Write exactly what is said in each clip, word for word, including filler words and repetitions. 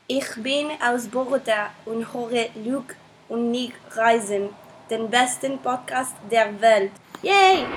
Ich bin aus Bogota und höre Luke und Nick reisen, den besten Podcast der Welt. Yay!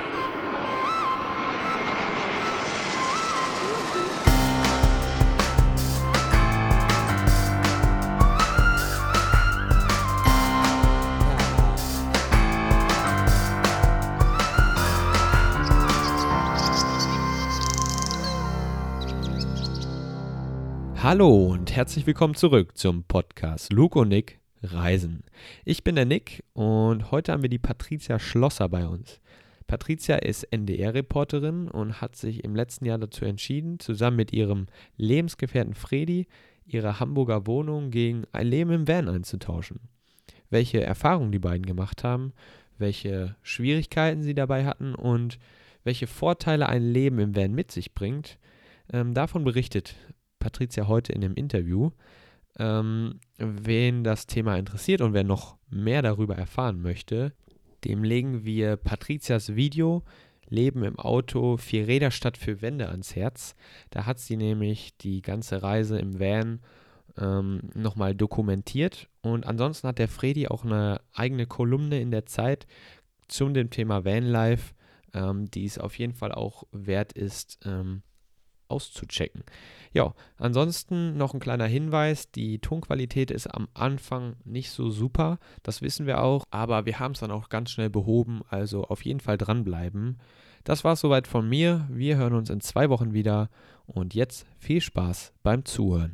Hallo und herzlich willkommen zurück zum Podcast Luke und Nick reisen. Ich bin der Nick und heute haben wir die Patricia Schlosser bei uns. Patricia ist N D R-Reporterin und hat sich im letzten Jahr dazu entschieden, zusammen mit ihrem Lebensgefährten Fredi ihre Hamburger Wohnung gegen ein Leben im Van einzutauschen. Welche Erfahrungen die beiden gemacht haben, welche Schwierigkeiten sie dabei hatten und welche Vorteile ein Leben im Van mit sich bringt, ähm, davon berichtet Patricia heute in dem Interview. Ähm, wen das Thema interessiert und wer noch mehr darüber erfahren möchte, dem legen wir Patricias Video Leben im Auto, vier Räder statt für Wände ans Herz. Da hat sie nämlich die ganze Reise im Van ähm, nochmal dokumentiert. Und ansonsten hat der Fredi auch eine eigene Kolumne in der Zeit zu dem Thema Vanlife, ähm, die es auf jeden Fall auch wert ist, ähm, auszuchecken. Ja, ansonsten noch ein kleiner Hinweis, die Tonqualität ist am Anfang nicht so super, das wissen wir auch, aber wir haben es dann auch ganz schnell behoben, also auf jeden Fall dranbleiben. Das war's soweit von mir, wir hören uns in zwei Wochen wieder und jetzt viel Spaß beim Zuhören.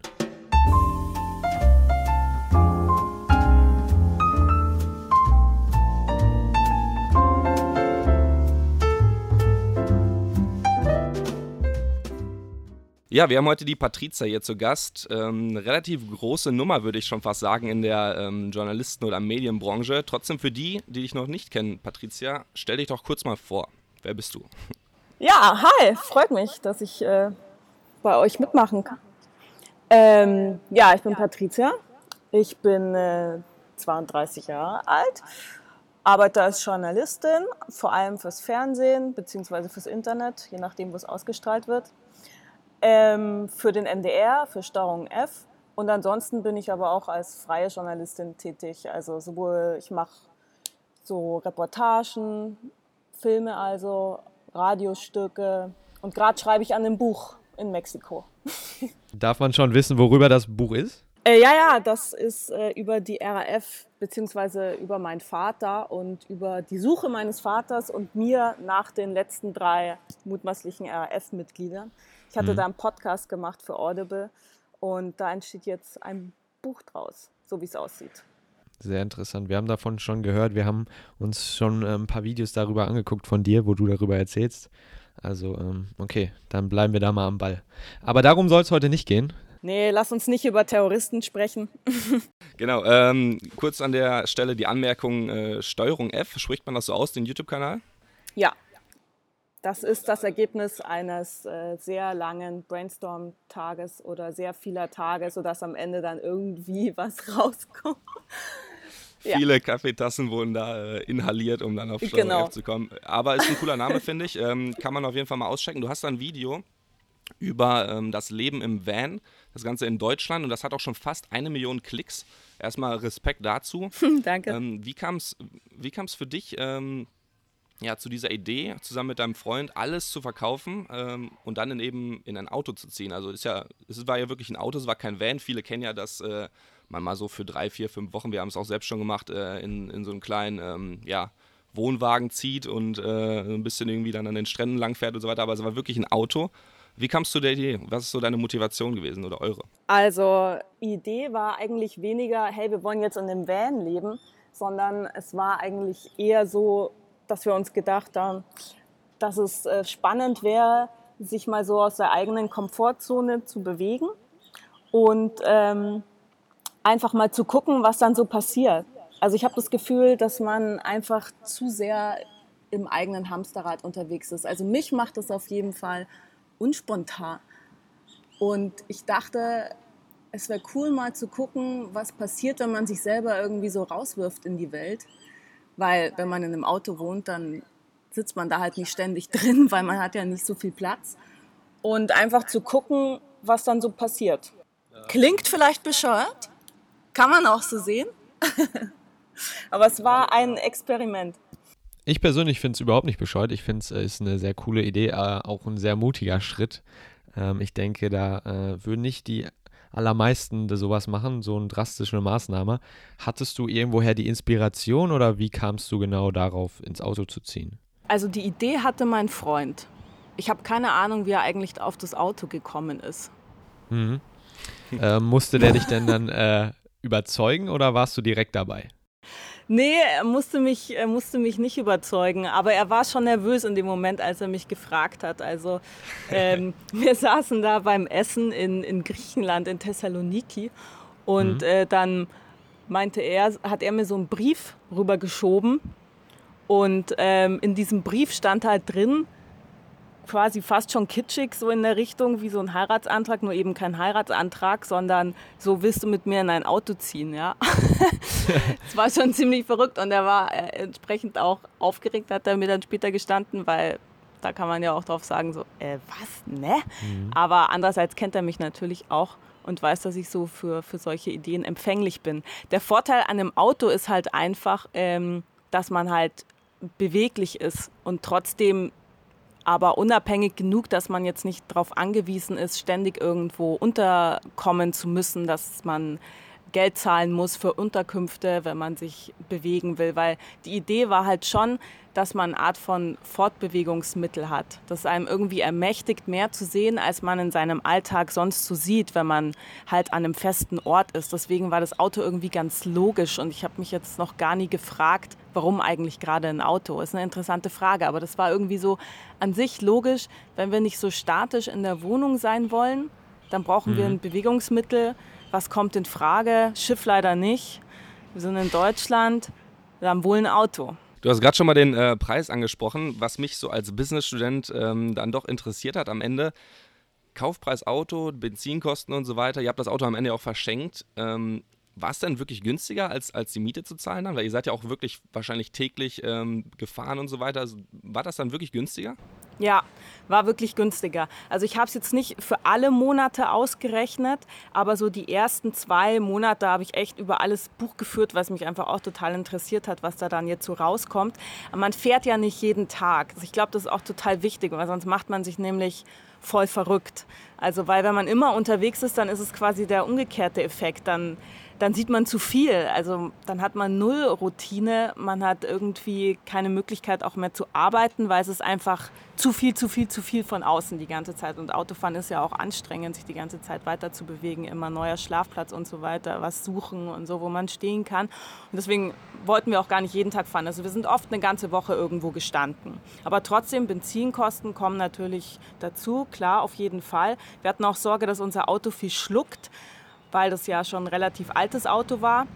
Ja, wir haben heute die Patricia hier zu Gast. Ähm, eine relativ große Nummer, würde ich schon fast sagen, in der ähm, Journalisten- oder Medienbranche. Trotzdem für die, die dich noch nicht kennen, Patricia, stell dich doch kurz mal vor. Wer bist du? Ja, hi, freut mich, dass ich äh, bei euch mitmachen kann. Ähm, ja, ich bin Patricia. Ich bin äh, zweiunddreißig Jahre alt, arbeite als Journalistin, vor allem fürs Fernsehen bzw. fürs Internet, je nachdem, wo es ausgestrahlt wird. Ähm, für den N D R, für Steuerung F. Und ansonsten bin ich aber auch als freie Journalistin tätig. Also sowohl, ich mache so Reportagen, Filme also, Radiostücke. Und gerade schreibe ich an einem Buch in Mexiko. Darf man schon wissen, worüber das Buch ist? Äh, ja, ja, das ist äh, über die R A F, beziehungsweise über meinen Vater und über die Suche meines Vaters und mir nach den letzten drei mutmaßlichen R A F-Mitgliedern. Ich hatte mhm. da einen Podcast gemacht für Audible und da entsteht jetzt ein Buch draus, so wie es aussieht. Sehr interessant. Wir haben davon schon gehört. Wir haben uns schon äh, ein paar Videos darüber angeguckt von dir, wo du darüber erzählst. Also, ähm, okay, dann bleiben wir da mal am Ball. Aber darum soll es heute nicht gehen. Nee, lass uns nicht über Terroristen sprechen. Genau, ähm, kurz an der Stelle die Anmerkung, äh, Steuerung F, spricht man das so aus, den YouTube-Kanal? Ja. Das ist das Ergebnis eines äh, sehr langen Brainstorm-Tages oder sehr vieler Tage, sodass am Ende dann irgendwie was rauskommt. Ja. Viele Kaffeetassen wurden da äh, inhaliert, um dann auf Steuerung genau. F zu kommen. Aber ist ein cooler Name, finde ich. Ähm, kann man auf jeden Fall mal auschecken. Du hast da ein Video über ähm, das Leben im Van, das Ganze in Deutschland. Und das hat auch schon fast eine Million Klicks. Erstmal Respekt dazu. Danke. Ähm, wie kam es wie kam's für dich ähm, ja, zu dieser Idee, zusammen mit deinem Freund alles zu verkaufen ähm, und dann in eben in ein Auto zu ziehen? Also ist ja, es war ja wirklich ein Auto, es war kein Van. Viele kennen ja, dass äh, man mal so für drei, vier, fünf Wochen, wir haben es auch selbst schon gemacht, äh, in, in so einen kleinen ähm, ja, Wohnwagen zieht und äh, ein bisschen irgendwie dann an den Stränden langfährt und so weiter. Aber es war wirklich ein Auto. Wie kamst du der Idee? Was ist so deine Motivation gewesen oder eure? Also Idee war eigentlich weniger, hey, wir wollen jetzt in einem Van leben, sondern es war eigentlich eher so, dass wir uns gedacht haben, dass es äh, spannend wäre, sich mal so aus der eigenen Komfortzone zu bewegen und ähm, einfach mal zu gucken, was dann so passiert. Also ich habe das Gefühl, dass man einfach zu sehr im eigenen Hamsterrad unterwegs ist. Also mich macht das auf jeden Fall unspontan. Und ich dachte, es wäre cool, mal zu gucken, was passiert, wenn man sich selber irgendwie so rauswirft in die Welt. Weil wenn man in einem Auto wohnt, dann sitzt man da halt nicht ständig drin, weil man hat ja nicht so viel Platz. Und einfach zu gucken, was dann so passiert. Klingt vielleicht bescheuert, kann man auch so sehen, aber es war ein Experiment. Ich persönlich finde es überhaupt nicht bescheuert. Ich finde es äh, ist eine sehr coole Idee, äh, auch ein sehr mutiger Schritt. Ähm, ich denke, da äh, würden nicht die allermeisten da sowas machen, so eine drastische Maßnahme. Hattest du irgendwoher die Inspiration oder wie kamst du genau darauf, ins Auto zu ziehen? Also die Idee hatte mein Freund. Ich habe keine Ahnung, wie er eigentlich auf das Auto gekommen ist. Mhm. Äh, musste der dich denn dann äh, überzeugen oder warst du direkt dabei? Nee, er musste mich, er musste mich nicht überzeugen, aber er war schon nervös in dem Moment, als er mich gefragt hat. Also ähm, wir saßen da beim Essen in, in Griechenland, in Thessaloniki und Mhm. äh, dann meinte er, hat er mir so einen Brief rübergeschoben und ähm, in diesem Brief stand halt drin, quasi fast schon kitschig, so in der Richtung wie so ein Heiratsantrag, nur eben kein Heiratsantrag, sondern so willst du mit mir in ein Auto ziehen, ja. Das war schon ziemlich verrückt und er war äh, entsprechend auch aufgeregt, hat er mir dann später gestanden, weil da kann man ja auch drauf sagen, so, äh, was, ne? Mhm. Aber andererseits kennt er mich natürlich auch und weiß, dass ich so für, für solche Ideen empfänglich bin. Der Vorteil an einem Auto ist halt einfach, ähm, dass man halt beweglich ist und trotzdem aber unabhängig genug, dass man jetzt nicht darauf angewiesen ist, ständig irgendwo unterkommen zu müssen, dass man Geld zahlen muss für Unterkünfte, wenn man sich bewegen will. Weil die Idee war halt schon, dass man eine Art von Fortbewegungsmittel hat, das einem irgendwie ermächtigt, mehr zu sehen, als man in seinem Alltag sonst so sieht, wenn man halt an einem festen Ort ist. Deswegen war das Auto irgendwie ganz logisch und ich habe mich jetzt noch gar nie gefragt, warum eigentlich gerade ein Auto. Ist eine interessante Frage, aber das war irgendwie so an sich logisch, wenn wir nicht so statisch in der Wohnung sein wollen, dann brauchen Mhm. wir ein Bewegungsmittel. Was kommt in Frage? Schiff leider nicht. Wir sind in Deutschland, wir haben wohl ein Auto. Du hast gerade schon mal den äh, Preis angesprochen, was mich so als Businessstudent ähm, dann doch interessiert hat am Ende. Kaufpreis Auto, Benzinkosten und so weiter. Ihr habt das Auto am Ende auch verschenkt. Ähm, war es denn wirklich günstiger, als, als die Miete zu zahlen dann? Weil ihr seid ja auch wirklich wahrscheinlich täglich ähm, gefahren und so weiter. Also, war das dann wirklich günstiger? Ja, war wirklich günstiger. Also ich habe es jetzt nicht für alle Monate ausgerechnet, aber so die ersten zwei Monate habe ich echt über alles Buch geführt, was mich einfach auch total interessiert hat, was da dann jetzt so rauskommt. Aber man fährt ja nicht jeden Tag. Also ich glaube, das ist auch total wichtig, weil sonst macht man sich nämlich voll verrückt. Also weil wenn man immer unterwegs ist, dann ist es quasi der umgekehrte Effekt. Dann dann sieht man zu viel. Also dann hat man null Routine, man hat irgendwie keine Möglichkeit auch mehr zu arbeiten, weil es ist einfach zu viel, zu viel, zu viel von außen die ganze Zeit. Und Autofahren ist ja auch anstrengend, sich die ganze Zeit weiter zu bewegen, immer neuer Schlafplatz und so weiter, was suchen und so, wo man stehen kann. Und deswegen wollten wir auch gar nicht jeden Tag fahren. Also wir sind oft eine ganze Woche irgendwo gestanden. Aber trotzdem, Benzinkosten kommen natürlich dazu, klar, auf jeden Fall. Wir hatten auch Sorge, dass unser Auto viel schluckt, weil das ja schon ein relativ altes Auto war,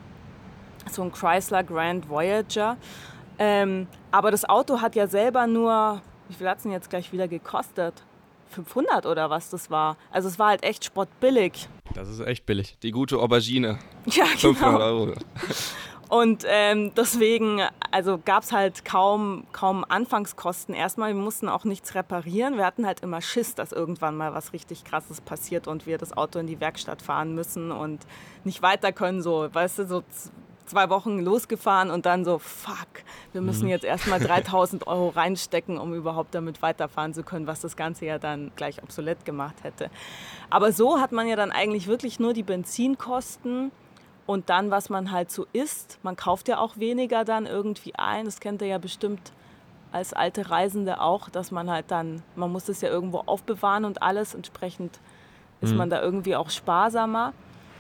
so ein Chrysler Grand Voyager. Ähm, aber das Auto hat ja selber nur, wie viel hat es denn jetzt gleich wieder gekostet? fünfhundert oder was das war. Also es war halt echt spottbillig. Das ist echt billig. Die gute Aubergine. Ja, fünfhundert genau. Euro. Und ähm, deswegen also gab es halt kaum, kaum Anfangskosten. Erstmal, wir mussten auch nichts reparieren. Wir hatten halt immer Schiss, dass irgendwann mal was richtig Krasses passiert und wir das Auto in die Werkstatt fahren müssen und nicht weiter können. So, weißt du, so z- zwei Wochen losgefahren und dann so, fuck, wir müssen jetzt erstmal dreitausend Euro reinstecken, um überhaupt damit weiterfahren zu können, was das Ganze ja dann gleich obsolet gemacht hätte. Aber so hat man ja dann eigentlich wirklich nur die Benzinkosten. Und dann, was man halt so isst, man kauft ja auch weniger dann irgendwie ein. Das kennt ihr ja bestimmt als alte Reisende auch, dass man halt dann, man muss das ja irgendwo aufbewahren und alles. Entsprechend ist man da irgendwie auch sparsamer.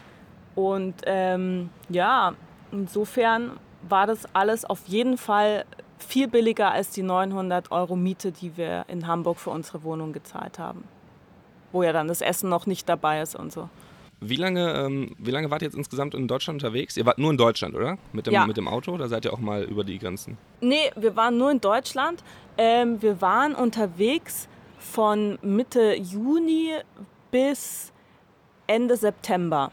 Und ähm, ja, insofern war das alles auf jeden Fall viel billiger als die neunhundert Euro Miete, die wir in Hamburg für unsere Wohnung gezahlt haben. Wo ja dann das Essen noch nicht dabei ist und so. Wie lange, ähm, wie lange wart ihr jetzt insgesamt in Deutschland unterwegs? Ihr wart nur in Deutschland, oder? Mit dem, Ja. mit dem Auto? Oder seid ihr auch mal über die Grenzen? Nee, wir waren nur in Deutschland. Ähm, wir waren unterwegs von Mitte Juni bis Ende September.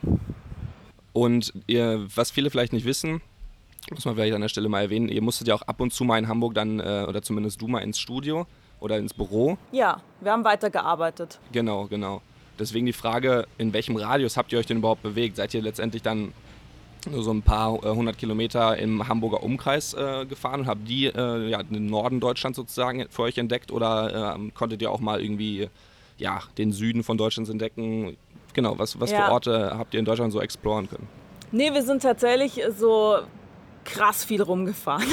Und ihr, was viele vielleicht nicht wissen, muss man vielleicht an der Stelle mal erwähnen, ihr musstet ja auch ab und zu mal in Hamburg dann, äh, oder zumindest du mal ins Studio oder ins Büro. Ja, wir haben weitergearbeitet. Genau, genau. Deswegen die Frage, in welchem Radius habt ihr euch denn überhaupt bewegt? Seid ihr letztendlich dann nur so ein paar äh, hundert Kilometer im Hamburger Umkreis äh, gefahren und habt die, äh, ja, den Norden Deutschlands sozusagen für euch entdeckt oder äh, konntet ihr auch mal irgendwie ja, den Süden von Deutschland entdecken? Genau, was, was Ja. für Orte habt ihr in Deutschland so exploren können? Nee, wir sind tatsächlich so krass viel rumgefahren.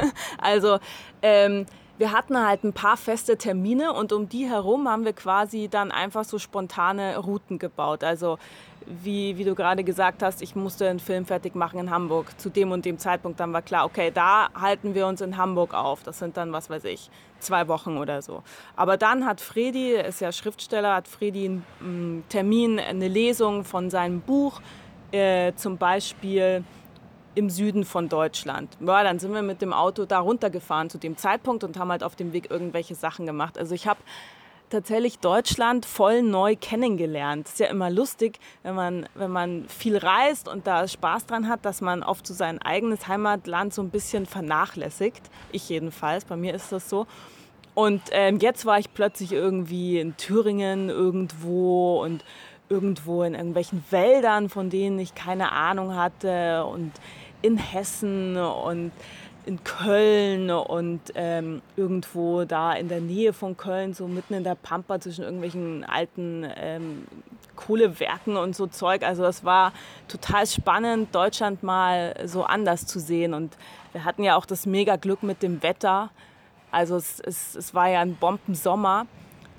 Also ähm, wir hatten halt ein paar feste Termine und um die herum haben wir quasi dann einfach so spontane Routen gebaut. Also wie, wie du gerade gesagt hast, ich musste einen Film fertig machen in Hamburg. Zu dem und dem Zeitpunkt dann war klar, okay, da halten wir uns in Hamburg auf. Das sind dann, was weiß ich, zwei Wochen oder so. Aber dann hat Fredi, er ist ja Schriftsteller, hat Fredi einen, einen Termin, eine Lesung von seinem Buch, äh, zum Beispiel im Süden von Deutschland. Ja, dann sind wir mit dem Auto da runtergefahren zu dem Zeitpunkt und haben halt auf dem Weg irgendwelche Sachen gemacht. Also ich habe tatsächlich Deutschland voll neu kennengelernt. Ist ja immer lustig, wenn man, wenn man viel reist und da Spaß dran hat, dass man oft so sein eigenes Heimatland so ein bisschen vernachlässigt. Ich jedenfalls, bei mir ist das so. Und ähm, jetzt war ich plötzlich irgendwie in Thüringen irgendwo und irgendwo in irgendwelchen Wäldern, von denen ich keine Ahnung hatte und in Hessen und in Köln und ähm, irgendwo da in der Nähe von Köln, so mitten in der Pampa zwischen irgendwelchen alten ähm, Kohlewerken und so Zeug. Also es war total spannend, Deutschland mal so anders zu sehen. Und wir hatten ja auch das mega Glück mit dem Wetter. Also es, es, es war ja ein Bombensommer.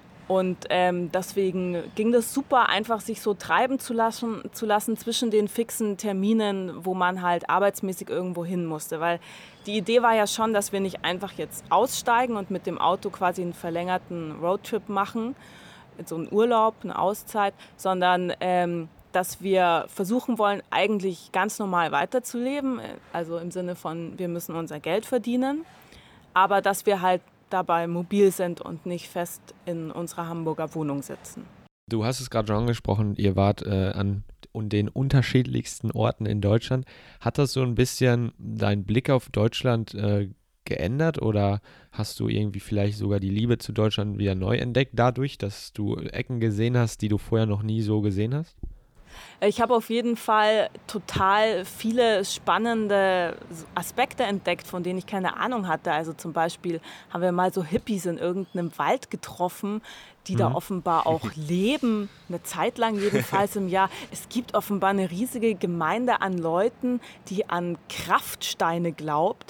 Und ähm, deswegen ging das super, einfach sich so treiben zu lassen, zu lassen zwischen den fixen Terminen, wo man halt arbeitsmäßig irgendwo hin musste. Weil die Idee war ja schon, dass wir nicht einfach jetzt aussteigen und mit dem Auto quasi einen verlängerten Roadtrip machen, so einen Urlaub, eine Auszeit, sondern ähm, dass wir versuchen wollen, eigentlich ganz normal weiterzuleben. Also im Sinne von, wir müssen unser Geld verdienen, aber dass wir halt dabei mobil sind und nicht fest in unserer Hamburger Wohnung sitzen. Du hast es gerade schon angesprochen, ihr wart äh, an den unterschiedlichsten Orten in Deutschland. Hat das so ein bisschen deinen Blick auf Deutschland äh, geändert oder hast du irgendwie vielleicht sogar die Liebe zu Deutschland wieder neu entdeckt dadurch, dass du Ecken gesehen hast, die du vorher noch nie so gesehen hast? Ich habe auf jeden Fall total viele spannende Aspekte entdeckt, von denen ich keine Ahnung hatte. Also zum Beispiel haben wir mal so Hippies in irgendeinem Wald getroffen, die mhm. da offenbar auch leben, eine Zeit lang jedenfalls im Jahr. Es gibt offenbar eine riesige Gemeinde an Leuten, die an Kraftsteine glaubt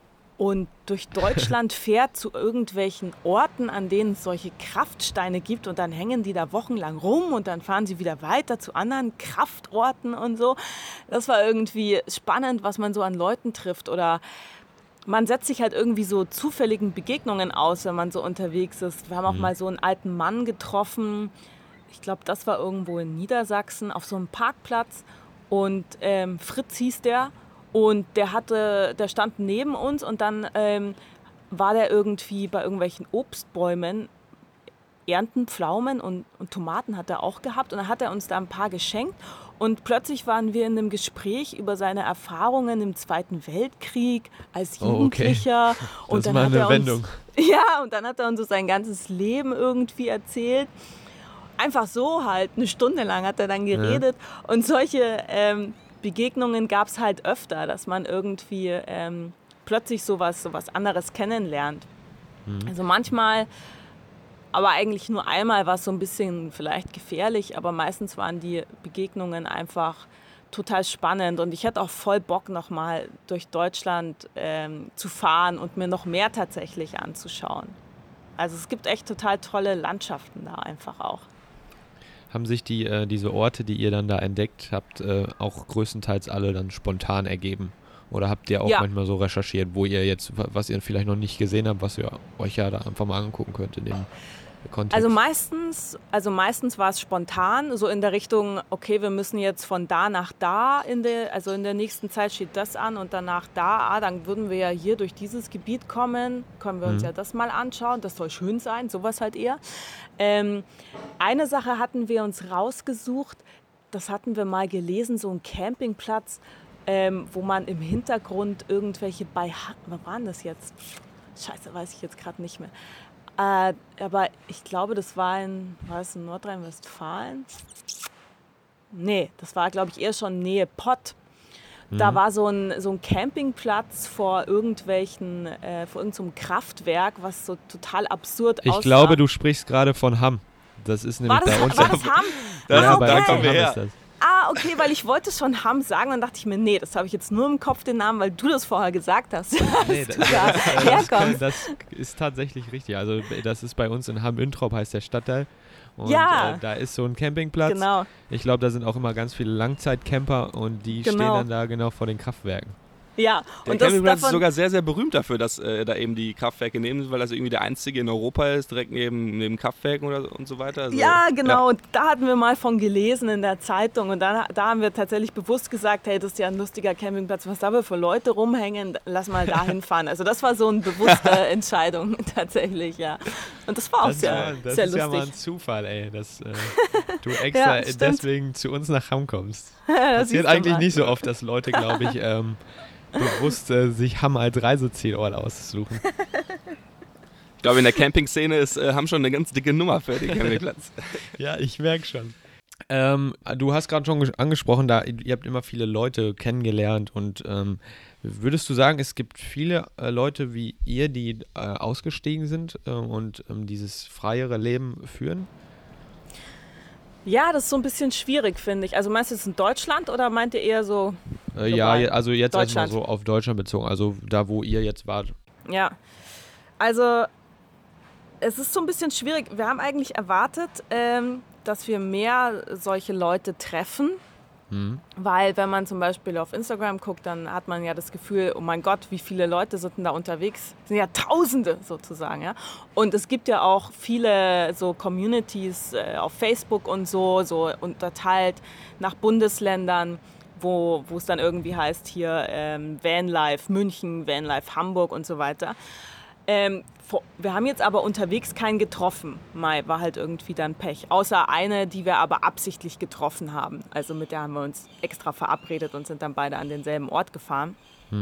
und durch Deutschland fährt zu irgendwelchen Orten, an denen es solche Kraftsteine gibt und dann hängen die da wochenlang rum und dann fahren sie wieder weiter zu anderen Kraftorten und so. Das war irgendwie spannend, was man so an Leuten trifft oder man setzt sich halt irgendwie so zufälligen Begegnungen aus, wenn man so unterwegs ist. Wir haben auch mhm. mal so einen alten Mann getroffen, ich glaube, das war irgendwo in Niedersachsen, auf so einem Parkplatz und ähm, Fritz hieß der. Und der hatte, der stand neben uns und dann ähm, war der irgendwie bei irgendwelchen Obstbäumen, Ernten, Pflaumen und, und Tomaten hat er auch gehabt. Und dann hat er uns da ein paar geschenkt. Und plötzlich waren wir in einem Gespräch über seine Erfahrungen im Zweiten Weltkrieg als Jugendlicher. Oh, okay. Und das dann war hat eine er Wendung. Uns, ja, und dann hat er uns so sein ganzes Leben irgendwie erzählt. Einfach so halt, eine Stunde lang hat er dann geredet. Ja. Und solche ähm, Begegnungen gab es halt öfter, dass man irgendwie ähm, plötzlich sowas, sowas anderes kennenlernt. Mhm. Also manchmal, aber eigentlich nur einmal war es so ein bisschen vielleicht gefährlich, aber meistens waren die Begegnungen einfach total spannend und ich hätte auch voll Bock, nochmal durch Deutschland ähm, zu fahren und mir noch mehr tatsächlich anzuschauen. Also es gibt echt total tolle Landschaften da einfach auch. Haben sich die, äh, diese Orte, die ihr dann da entdeckt habt, äh, auch größtenteils alle dann spontan ergeben? Oder habt ihr auch ja. manchmal so recherchiert, wo ihr jetzt, was ihr vielleicht noch nicht gesehen habt, was ihr euch ja da einfach mal angucken könnt in dem Kontext? Also meistens, also meistens war es spontan, so in der Richtung, okay, wir müssen jetzt von da nach da, in der, also in der nächsten Zeit steht das an und danach da, ah, dann würden wir ja hier durch dieses Gebiet kommen, können wir uns mhm. ja das mal anschauen, das soll schön sein, sowas halt eher. Ähm, eine Sache hatten wir uns rausgesucht, das hatten wir mal gelesen, so ein Campingplatz, ähm, wo man im Hintergrund irgendwelche bei, was waren das jetzt? Scheiße, weiß ich jetzt gerade nicht mehr. Äh, aber ich glaube, das war in, war es in Nordrhein-Westfalen? Nee, das war, glaube ich, eher schon Nähe Pott. Da Mhm. war so ein, so ein Campingplatz vor irgendwelchen, äh, vor irgendeinem Kraftwerk, was so total absurd Ich aussah. glaube, du sprichst gerade von Hamm. Das ist nämlich war das, bei uns. war das Hamm? Das- ja, ah, bei da uns kommen in wir Hamm her. ist das. Ah, okay, weil ich wollte schon Hamm sagen, dann dachte ich mir, nee, das habe ich jetzt nur im Kopf, den Namen, weil du das vorher gesagt hast, Nee, dass das, du da das, herkommst. das ist tatsächlich richtig. Also das ist bei uns in Hamm-Üntrop, heißt der Stadtteil. Und Ja. äh, da ist so ein Campingplatz. Genau. Ich glaube, da sind auch immer ganz viele Langzeitcamper und die Genau. stehen dann da genau vor den Kraftwerken. Ja, Der und das Campingplatz ist davon, sogar sehr, sehr berühmt dafür, dass äh, da eben die Kraftwerke neben sind, weil das irgendwie der einzige in Europa ist, direkt neben, neben Kraftwerken oder, und so weiter. Also, ja, genau. Und da hatten wir mal von gelesen in der Zeitung. Und dann, da haben wir tatsächlich bewusst gesagt, hey, das ist ja ein lustiger Campingplatz, was da für Leute rumhängen, lass mal da hinfahren. Also das war so eine bewusste Entscheidung tatsächlich, ja. Und das war auch Das, ist sehr, ja, das sehr ist ja mal lustig. ein Zufall, ey, dass äh, du extra Ja, stimmt. deswegen zu uns nach Hamm kommst. Das Passiert siehst du eigentlich mal. nicht so oft, dass Leute, glaube ich, ähm, bewusst äh, sich Hamm als Reisezielort aussuchen. Ich glaube, in der Campingszene ist, äh, haben schon eine ganz dicke Nummer für den Campingplatz. Ja, ich merke schon. Ähm, du hast gerade schon ges- angesprochen, da ihr habt immer viele Leute kennengelernt und ähm, würdest du sagen, es gibt viele äh, Leute wie ihr, die äh, ausgestiegen sind äh, und ähm, dieses freiere Leben führen? Ja, das ist so ein bisschen schwierig, finde ich. Also meinst du es in Deutschland oder meint ihr eher so, Äh, ja, Global. je- also jetzt erstmal Deutschland. so auf Deutschland bezogen, also da, wo ihr jetzt wart. ja. Also es ist so ein bisschen schwierig. Wir haben eigentlich erwartet, ähm, dass wir mehr solche Leute treffen. Mhm. Weil wenn man zum Beispiel auf Instagram guckt, dann hat man ja das Gefühl, oh mein Gott, wie viele Leute sind denn da unterwegs? Es sind ja Tausende sozusagen. Ja? Und es gibt ja auch viele so Communities äh, auf Facebook und so, so unterteilt nach Bundesländern, wo wo es dann irgendwie heißt, hier ähm, Vanlife München, Vanlife Hamburg und so weiter. Ähm, vor- wir haben jetzt aber unterwegs keinen getroffen. Mai war halt irgendwie dann Pech. Außer eine, die wir aber absichtlich getroffen haben. Also mit der haben wir uns extra verabredet und sind dann beide an denselben Ort gefahren.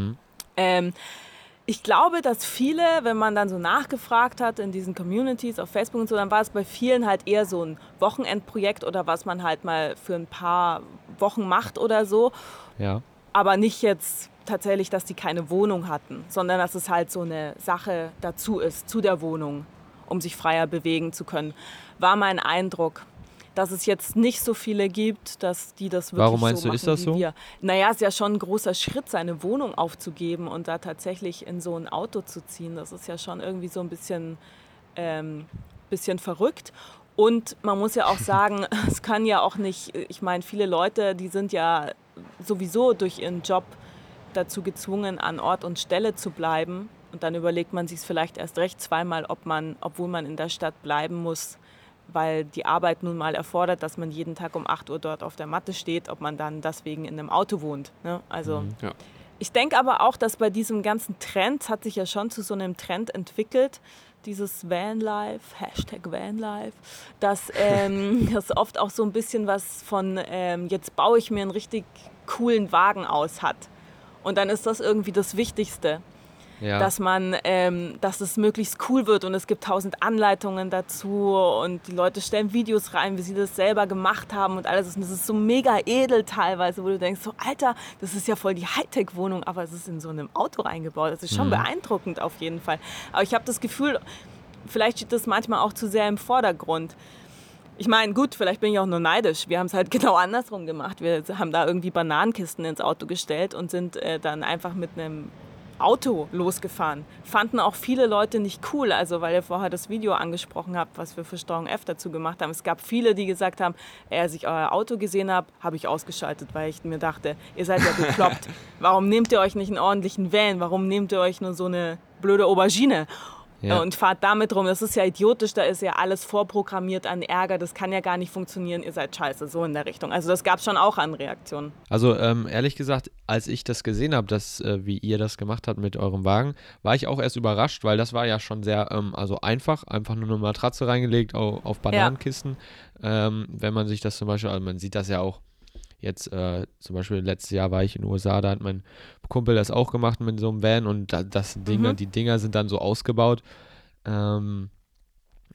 Ähm, ich glaube, dass viele, wenn man dann so nachgefragt hat in diesen Communities auf Facebook und so, dann war es bei vielen halt eher so ein Wochenendprojekt oder was man halt mal für ein paar Wochen macht oder so. Ja. Aber nicht jetzt tatsächlich, dass die keine Wohnung hatten, sondern dass es halt so eine Sache dazu ist, zu der Wohnung, um sich freier bewegen zu können. War mein Eindruck, dass es jetzt nicht so viele gibt, dass die das wirklich Warum meinst so du, machen ist das wie so? wir. Naja, es ist ja schon ein großer Schritt, seine Wohnung aufzugeben und da tatsächlich in so ein Auto zu ziehen. Das ist ja schon irgendwie so ein bisschen, ähm, bisschen verrückt. Und man muss ja auch sagen, es kann ja auch nicht, ich meine, viele Leute, die sind ja sowieso durch ihren Job dazu gezwungen, an Ort und Stelle zu bleiben. Und dann überlegt man sich vielleicht erst recht zweimal, ob man, obwohl man in der Stadt bleiben muss, weil die Arbeit nun mal erfordert, dass man jeden Tag um acht Uhr dort auf der Matte steht, ob man dann deswegen in einem Auto wohnt. Ne? Also Ja. ich denke aber auch, dass bei diesem ganzen Trend, es hat sich ja schon zu so einem Trend entwickelt, dieses Vanlife, Hashtag Vanlife, dass ähm, das oft auch so ein bisschen was von, ähm, jetzt baue ich mir einen richtig coolen Wagen aus hat. Und dann ist das irgendwie das Wichtigste, Ja. dass man, ähm, dass es möglichst cool wird und es gibt tausend Anleitungen dazu und die Leute stellen Videos rein, wie sie das selber gemacht haben und alles. Und das ist so mega edel teilweise, wo du denkst, so Alter, das ist ja voll die Hightech-Wohnung, aber es ist in so einem Auto reingebaut. Das ist schon Mhm. beeindruckend auf jeden Fall. Aber ich habe das Gefühl, vielleicht steht das manchmal auch zu sehr im Vordergrund. Ich meine, gut, vielleicht bin ich auch nur neidisch. Wir haben es halt genau andersrum gemacht. Wir haben da irgendwie Bananenkisten ins Auto gestellt und sind äh, dann einfach mit einem Auto losgefahren. Fanden auch viele Leute nicht cool, also weil ihr vorher das Video angesprochen habt, was wir für Steuerung F dazu gemacht haben. Es gab viele, die gesagt haben, äh, als ich euer Auto gesehen habe, habe ich ausgeschaltet, weil ich mir dachte, ihr seid ja bekloppt. Warum nehmt ihr euch nicht einen ordentlichen Van? Warum nehmt ihr euch nur so eine blöde Aubergine? Ja. Und fahrt damit rum. Das ist ja idiotisch, da ist ja alles vorprogrammiert an Ärger, das kann ja gar nicht funktionieren, ihr seid scheiße, so in der Richtung. Also das gab es schon auch an Reaktionen. Also ähm, ehrlich gesagt, als ich das gesehen habe, dass, äh, wie ihr das gemacht habt mit eurem Wagen, war ich auch erst überrascht, weil das war ja schon sehr ähm, also einfach, einfach nur eine Matratze reingelegt auf, auf Bananenkisten. Ähm, wenn man sich das zum Beispiel, also man sieht das ja auch jetzt, äh, zum Beispiel letztes Jahr war ich in den U S A, da hat mein Kumpel das auch gemacht mit so einem Van und da, das Dinger, Mhm. die Dinger sind dann so ausgebaut. Ähm,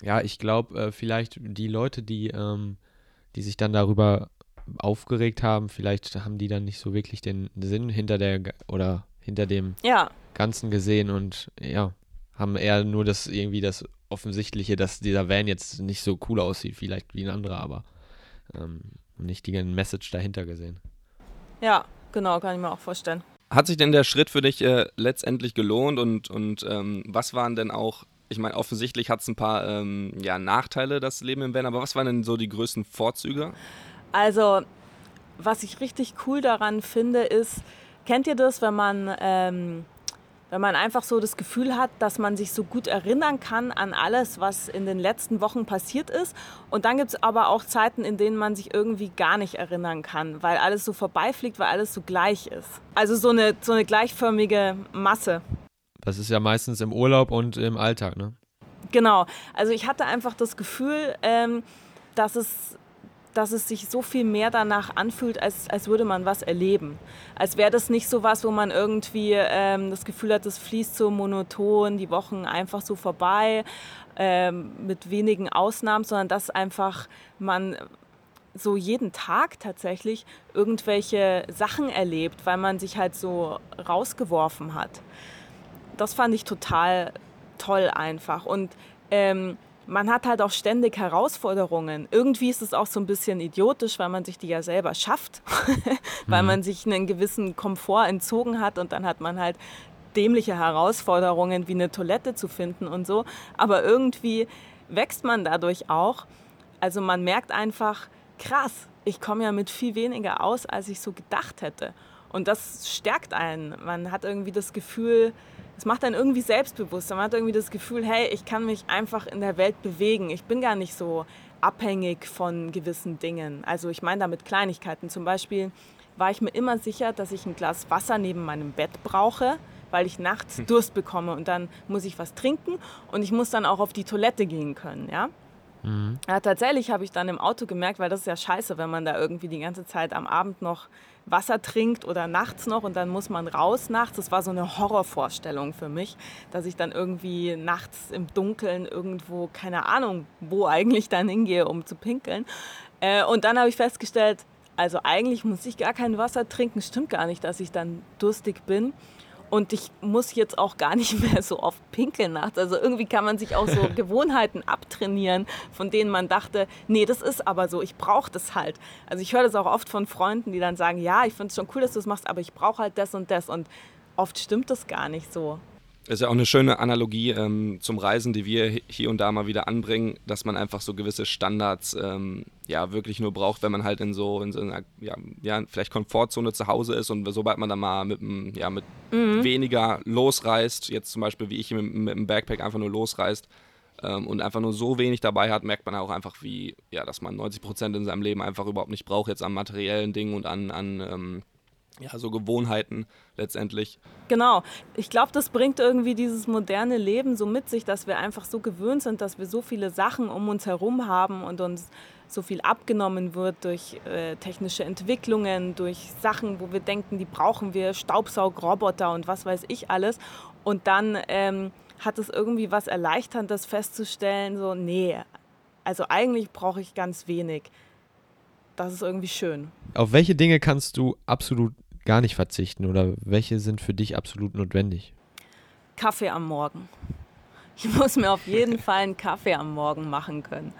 ja, ich glaube, äh, vielleicht die Leute, die, ähm, die sich dann darüber aufgeregt haben, vielleicht haben die dann nicht so wirklich den Sinn hinter der G- oder hinter dem Ja, Ganzen gesehen und ja, haben eher nur das irgendwie das Offensichtliche, dass dieser Van jetzt nicht so cool aussieht, vielleicht wie ein anderer, aber ähm, nicht die Message dahinter gesehen. ja, genau, kann ich mir auch vorstellen. Hat sich denn der Schritt für dich äh, letztendlich gelohnt und, und ähm, was waren denn auch, ich meine, offensichtlich hat es ein paar ähm, ja, Nachteile, das Leben im Van, aber was waren denn so die größten Vorzüge? Also, was ich richtig cool daran finde, ist, kennt ihr das, wenn man, ähm, wenn man einfach so das Gefühl hat, dass man sich so gut erinnern kann an alles, was in den letzten Wochen passiert ist. Und dann gibt es aber auch Zeiten, in denen man sich irgendwie gar nicht erinnern kann, weil alles so vorbeifliegt, weil alles so gleich ist. Also so eine, so eine gleichförmige Masse. Das ist ja meistens im Urlaub und im Alltag, ne? Genau. Also ich hatte einfach das Gefühl, ähm, dass es dass es sich so viel mehr danach anfühlt, als, als würde man was erleben. Als wäre das nicht so was, wo man irgendwie ähm, das Gefühl hat, es fließt so monoton, die Wochen einfach so vorbei, ähm, mit wenigen Ausnahmen, sondern dass einfach man so jeden Tag tatsächlich irgendwelche Sachen erlebt, weil man sich halt so rausgeworfen hat. Das fand ich total toll einfach. Und ähm, man hat halt auch ständig Herausforderungen. Irgendwie ist es auch so ein bisschen idiotisch, weil man sich die ja selber schafft, weil man sich einen gewissen Komfort entzogen hat und dann hat man halt dämliche Herausforderungen wie eine Toilette zu finden und so. Aber irgendwie wächst man dadurch auch. Also man merkt einfach, krass, ich komme ja mit viel weniger aus, als ich so gedacht hätte. Und das stärkt einen. Man hat irgendwie das Gefühl, es macht einen irgendwie selbstbewusster. Man hat irgendwie das Gefühl, hey, ich kann mich einfach in der Welt bewegen. Ich bin gar nicht so abhängig von gewissen Dingen. Also ich meine damit Kleinigkeiten. Zum Beispiel war ich mir immer sicher, dass ich ein Glas Wasser neben meinem Bett brauche, weil ich nachts Durst bekomme und dann muss ich was trinken und ich muss dann auch auf die Toilette gehen können, ja? Mhm. Ja, tatsächlich habe ich dann im Auto gemerkt, weil das ist ja scheiße, wenn man da irgendwie die ganze Zeit am Abend noch Wasser trinkt oder nachts noch und dann muss man raus nachts. Das war so eine Horrorvorstellung für mich, dass ich dann irgendwie nachts im Dunkeln irgendwo, keine Ahnung, wo eigentlich dann hingehe, um zu pinkeln. Äh, und dann habe ich festgestellt, also eigentlich muss ich gar kein Wasser trinken. Stimmt gar nicht, dass ich dann durstig bin. Und ich muss jetzt auch gar nicht mehr so oft pinkeln nachts. Also irgendwie kann man sich auch so Gewohnheiten abtrainieren, von denen man dachte, nee, das ist aber so, ich brauche das halt. Also ich höre das auch oft von Freunden, die dann sagen, ja, ich finde es schon cool, dass du das machst, aber ich brauche halt das und das. Und oft stimmt das gar nicht so. Das ist ja auch eine schöne Analogie ähm, zum Reisen, die wir hier und da mal wieder anbringen, dass man einfach so gewisse Standards ähm, ja wirklich nur braucht, wenn man halt in so, in so einer ja, ja, vielleicht Komfortzone zu Hause ist und sobald man dann mal mit, ja, mit mhm. weniger losreist, jetzt zum Beispiel wie ich mit, mit dem Backpack einfach nur losreist ähm, und einfach nur so wenig dabei hat, merkt man auch einfach, wie, ja, dass man neunzig Prozent in seinem Leben einfach überhaupt nicht braucht, jetzt an materiellen Dingen und an, an ähm, ja, so Gewohnheiten letztendlich. Genau. Ich glaube, das bringt irgendwie dieses moderne Leben so mit sich, dass wir einfach so gewöhnt sind, dass wir so viele Sachen um uns herum haben und uns so viel abgenommen wird durch äh, technische Entwicklungen, durch Sachen, wo wir denken, die brauchen wir, Staubsaugroboter und was weiß ich alles. Und dann ähm, hat es irgendwie was Erleichterndes festzustellen, so nee, also eigentlich brauche ich ganz wenig. Das ist irgendwie schön. Auf welche Dinge kannst du absolut gar nicht verzichten oder welche sind für dich absolut notwendig? Kaffee am Morgen. Ich muss mir auf jeden Fall einen Kaffee am Morgen machen können.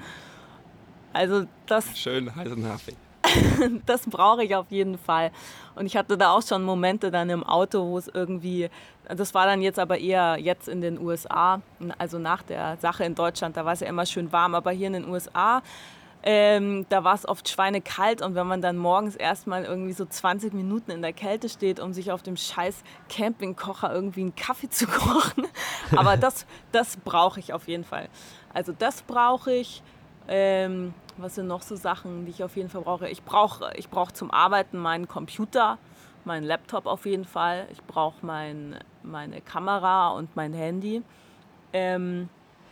Also das... Schön heißen Kaffee. Das brauche ich auf jeden Fall. Und ich hatte da auch schon Momente dann im Auto, wo es irgendwie, das war dann jetzt aber eher jetzt in den U S A, also nach der Sache in Deutschland, da war es ja immer schön warm, aber hier in den U S A, Ähm, da war es oft schweinekalt und wenn man dann morgens erstmal irgendwie so zwanzig Minuten in der Kälte steht, um sich auf dem scheiß Campingkocher irgendwie einen Kaffee zu kochen. Aber das, das brauche ich auf jeden Fall. Also das brauche ich. Ähm, was sind noch so Sachen, die ich auf jeden Fall brauche? Ich brauche ich brauch zum Arbeiten meinen Computer, meinen Laptop auf jeden Fall. Ich brauche mein, meine Kamera und mein Handy. Ähm,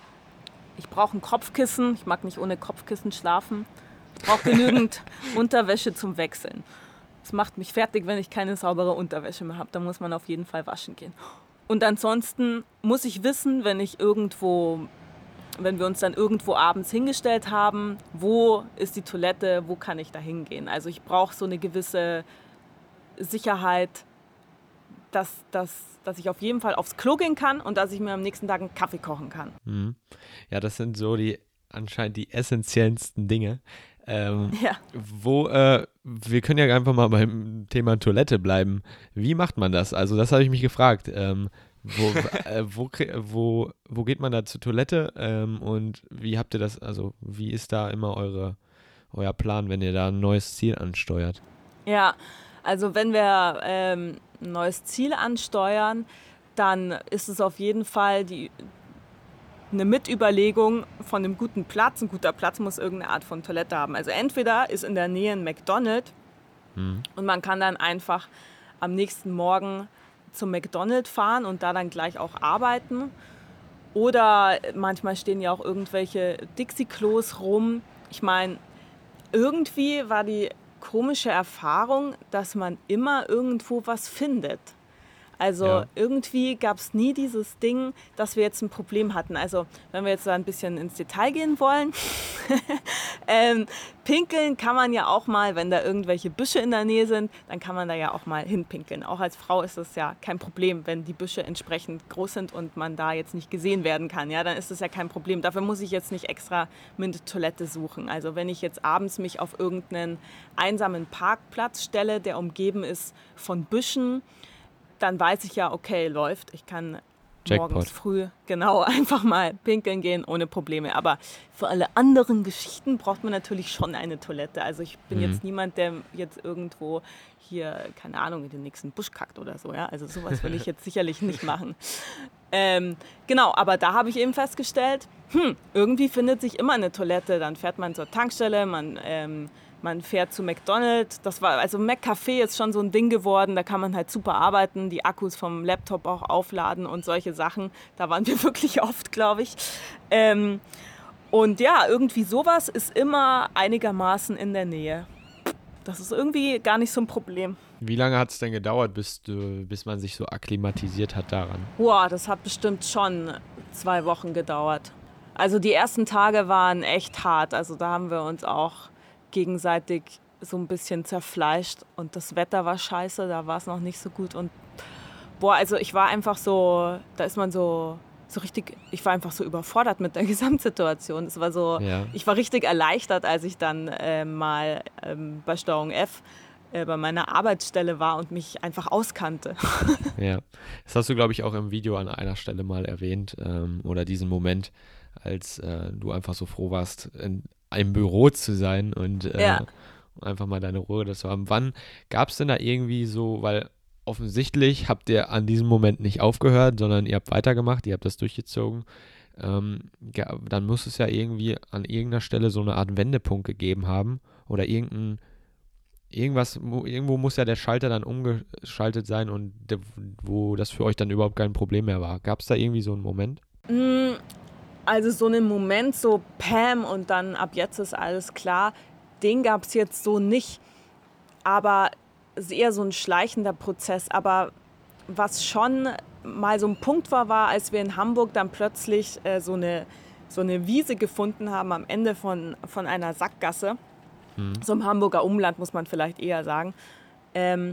Ich brauche ein Kopfkissen. Ich mag nicht ohne Kopfkissen schlafen. Ich brauche genügend Unterwäsche zum Wechseln. Es macht mich fertig, wenn ich keine saubere Unterwäsche mehr habe. Da muss man auf jeden Fall waschen gehen. Und ansonsten muss ich wissen, wenn ich irgendwo wenn wir uns dann irgendwo abends hingestellt haben, wo ist die Toilette, wo kann ich da hingehen? Also ich brauche so eine gewisse Sicherheit, dass, dass, dass ich auf jeden Fall aufs Klo gehen kann und dass ich mir am nächsten Tag einen Kaffee kochen kann. Mhm. Ja, das sind so die anscheinend die essentiellsten Dinge. Ähm, Ja. Wo, äh, wir können ja einfach mal beim Thema Toilette bleiben. Wie macht man das? Also das habe ich mich gefragt. Ähm, wo, äh, wo, krie- wo, wo geht man da zur Toilette? Ähm, und wie habt ihr das, also wie ist da immer eure, euer Plan, wenn ihr da ein neues Ziel ansteuert? Ja, also wenn wir ähm, ein neues Ziel ansteuern, dann ist es auf jeden Fall die, eine Mitüberlegung von einem guten Platz. Ein guter Platz muss irgendeine Art von Toilette haben. Also entweder ist in der Nähe ein McDonald's Mhm. und man kann dann einfach am nächsten Morgen zum McDonald's fahren und da dann gleich auch arbeiten. Oder manchmal stehen ja auch irgendwelche Dixie-Klos rum. Ich meine, irgendwie war die komische Erfahrung, dass man immer irgendwo was findet. Also Ja. irgendwie gab es nie dieses Ding, dass wir jetzt ein Problem hatten. Also wenn wir jetzt da ein bisschen ins Detail gehen wollen, ähm, pinkeln kann man ja auch mal, wenn da irgendwelche Büsche in der Nähe sind, dann kann man da ja auch mal hinpinkeln. Auch als Frau ist das ja kein Problem, wenn die Büsche entsprechend groß sind und man da jetzt nicht gesehen werden kann. Ja, dann ist das ja kein Problem. Dafür muss ich jetzt nicht extra mit der Toilette suchen. Also wenn ich jetzt abends mich auf irgendeinen einsamen Parkplatz stelle, der umgeben ist von Büschen, dann weiß ich ja, okay, läuft. Ich kann Jackpot. morgens früh genau einfach mal pinkeln gehen ohne Probleme. Aber für alle anderen Geschichten braucht man natürlich schon eine Toilette. Also ich bin Mhm. jetzt niemand, der jetzt irgendwo hier, keine Ahnung, in den nächsten Busch kackt oder so. Ja? Also sowas will ich jetzt sicherlich nicht machen. Ähm, genau, aber da habe ich eben festgestellt, hm, irgendwie findet sich immer eine Toilette. Dann fährt man zur Tankstelle, man... Ähm, Man fährt zu McDonald's. Das war, also McCafé ist schon so ein Ding geworden. Da kann man halt super arbeiten, die Akkus vom Laptop auch aufladen und solche Sachen. Da waren wir wirklich oft, glaube ich. Ähm, und ja, irgendwie sowas ist immer einigermaßen in der Nähe. Das ist irgendwie gar nicht so ein Problem. Wie lange hat es denn gedauert, bis, du, bis man sich so akklimatisiert hat daran? Boah, das hat bestimmt schon zwei Wochen gedauert. Also die ersten Tage waren echt hart. Also da haben wir uns auch gegenseitig so ein bisschen zerfleischt und das Wetter war scheiße, da war es noch nicht so gut und boah, also ich war einfach so, da ist man so, so richtig, ich war einfach so überfordert mit der Gesamtsituation. Es war so, Ja. ich war richtig erleichtert, als ich dann äh, mal ähm, bei Steuerung F äh, bei meiner Arbeitsstelle war und mich einfach auskannte. Ja, das hast du, glaube ich, auch im Video an einer Stelle mal erwähnt ähm, oder diesen Moment, als äh, du einfach so froh warst, in einem Büro zu sein und äh, Ja. einfach mal deine Ruhe das zu haben. Wann gab es denn da irgendwie so, weil offensichtlich habt ihr an diesem Moment nicht aufgehört, sondern ihr habt weitergemacht, ihr habt das durchgezogen. Ähm, ga- dann muss es ja irgendwie an irgendeiner Stelle so eine Art Wendepunkt gegeben haben oder irgendein Irgendwas, mu- irgendwo muss ja der Schalter dann umgeschaltet sein und de, wo das für euch dann überhaupt kein Problem mehr war. Gab es da irgendwie so einen Moment? Mm, Also so einen Moment, so Pam und dann ab jetzt ist alles klar, den gab es jetzt so nicht. Aber es ist eher so ein schleichender Prozess. Aber was schon mal so ein Punkt war, war, als wir in Hamburg dann plötzlich äh, so, eine, so eine Wiese gefunden haben am Ende von, von einer Sackgasse. So im Hamburger Umland, muss man vielleicht eher sagen. Ähm,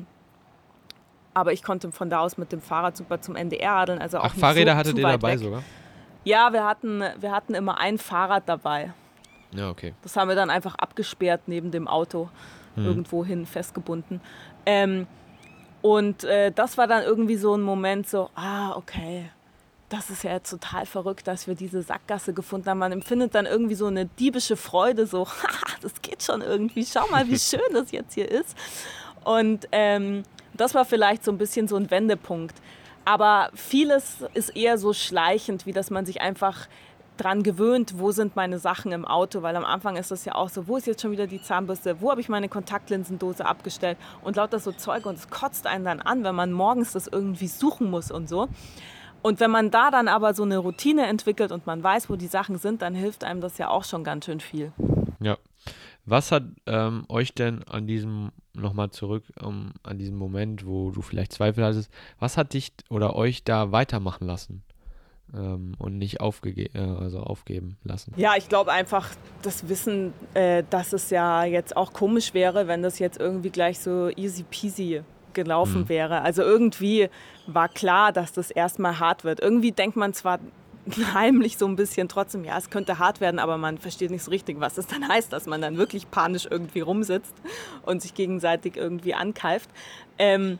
aber ich konnte von da aus mit dem Fahrrad super zum N D R radeln. Also auch Ach, nicht Fahrräder so, hattet zu ihr weit dabei weg. sogar? Ja, wir hatten, wir hatten immer ein Fahrrad dabei. Ja, okay. Das haben wir dann einfach abgesperrt neben dem Auto, irgendwo hin festgebunden. Ähm, und äh, das war dann irgendwie so ein Moment so, ah, okay, das ist ja jetzt total verrückt, dass wir diese Sackgasse gefunden haben. Man empfindet dann irgendwie so eine diebische Freude, so, haha, das geht schon irgendwie, schau mal, wie schön das jetzt hier ist. Und ähm, das war vielleicht so ein bisschen so ein Wendepunkt. Aber vieles ist eher so schleichend, wie dass man sich einfach dran gewöhnt, wo sind meine Sachen im Auto, weil am Anfang ist das ja auch so, wo ist jetzt schon wieder die Zahnbürste, wo habe ich meine Kontaktlinsendose abgestellt und lauter so Zeug und es kotzt einen dann an, wenn man morgens das irgendwie suchen muss und so. Und wenn man da dann aber so eine Routine entwickelt und man weiß, wo die Sachen sind, dann hilft einem das ja auch schon ganz schön viel. Ja. Was hat ähm, euch denn an diesem, nochmal zurück, um, an diesem Moment, wo du vielleicht Zweifel hattest, was hat dich oder euch da weitermachen lassen? ähm, und nicht aufgege- äh, also aufgeben lassen. Ja, ich glaube einfach, das Wissen, äh, dass es ja jetzt auch komisch wäre, wenn das jetzt irgendwie gleich so easy peasy gelaufen Mhm. wäre. Also irgendwie war klar, dass das erstmal hart wird. Irgendwie denkt man zwar heimlich so ein bisschen trotzdem, ja, es könnte hart werden, aber man versteht nicht so richtig, was es dann heißt, dass man dann wirklich panisch irgendwie rumsitzt und sich gegenseitig irgendwie ankeift. Ähm,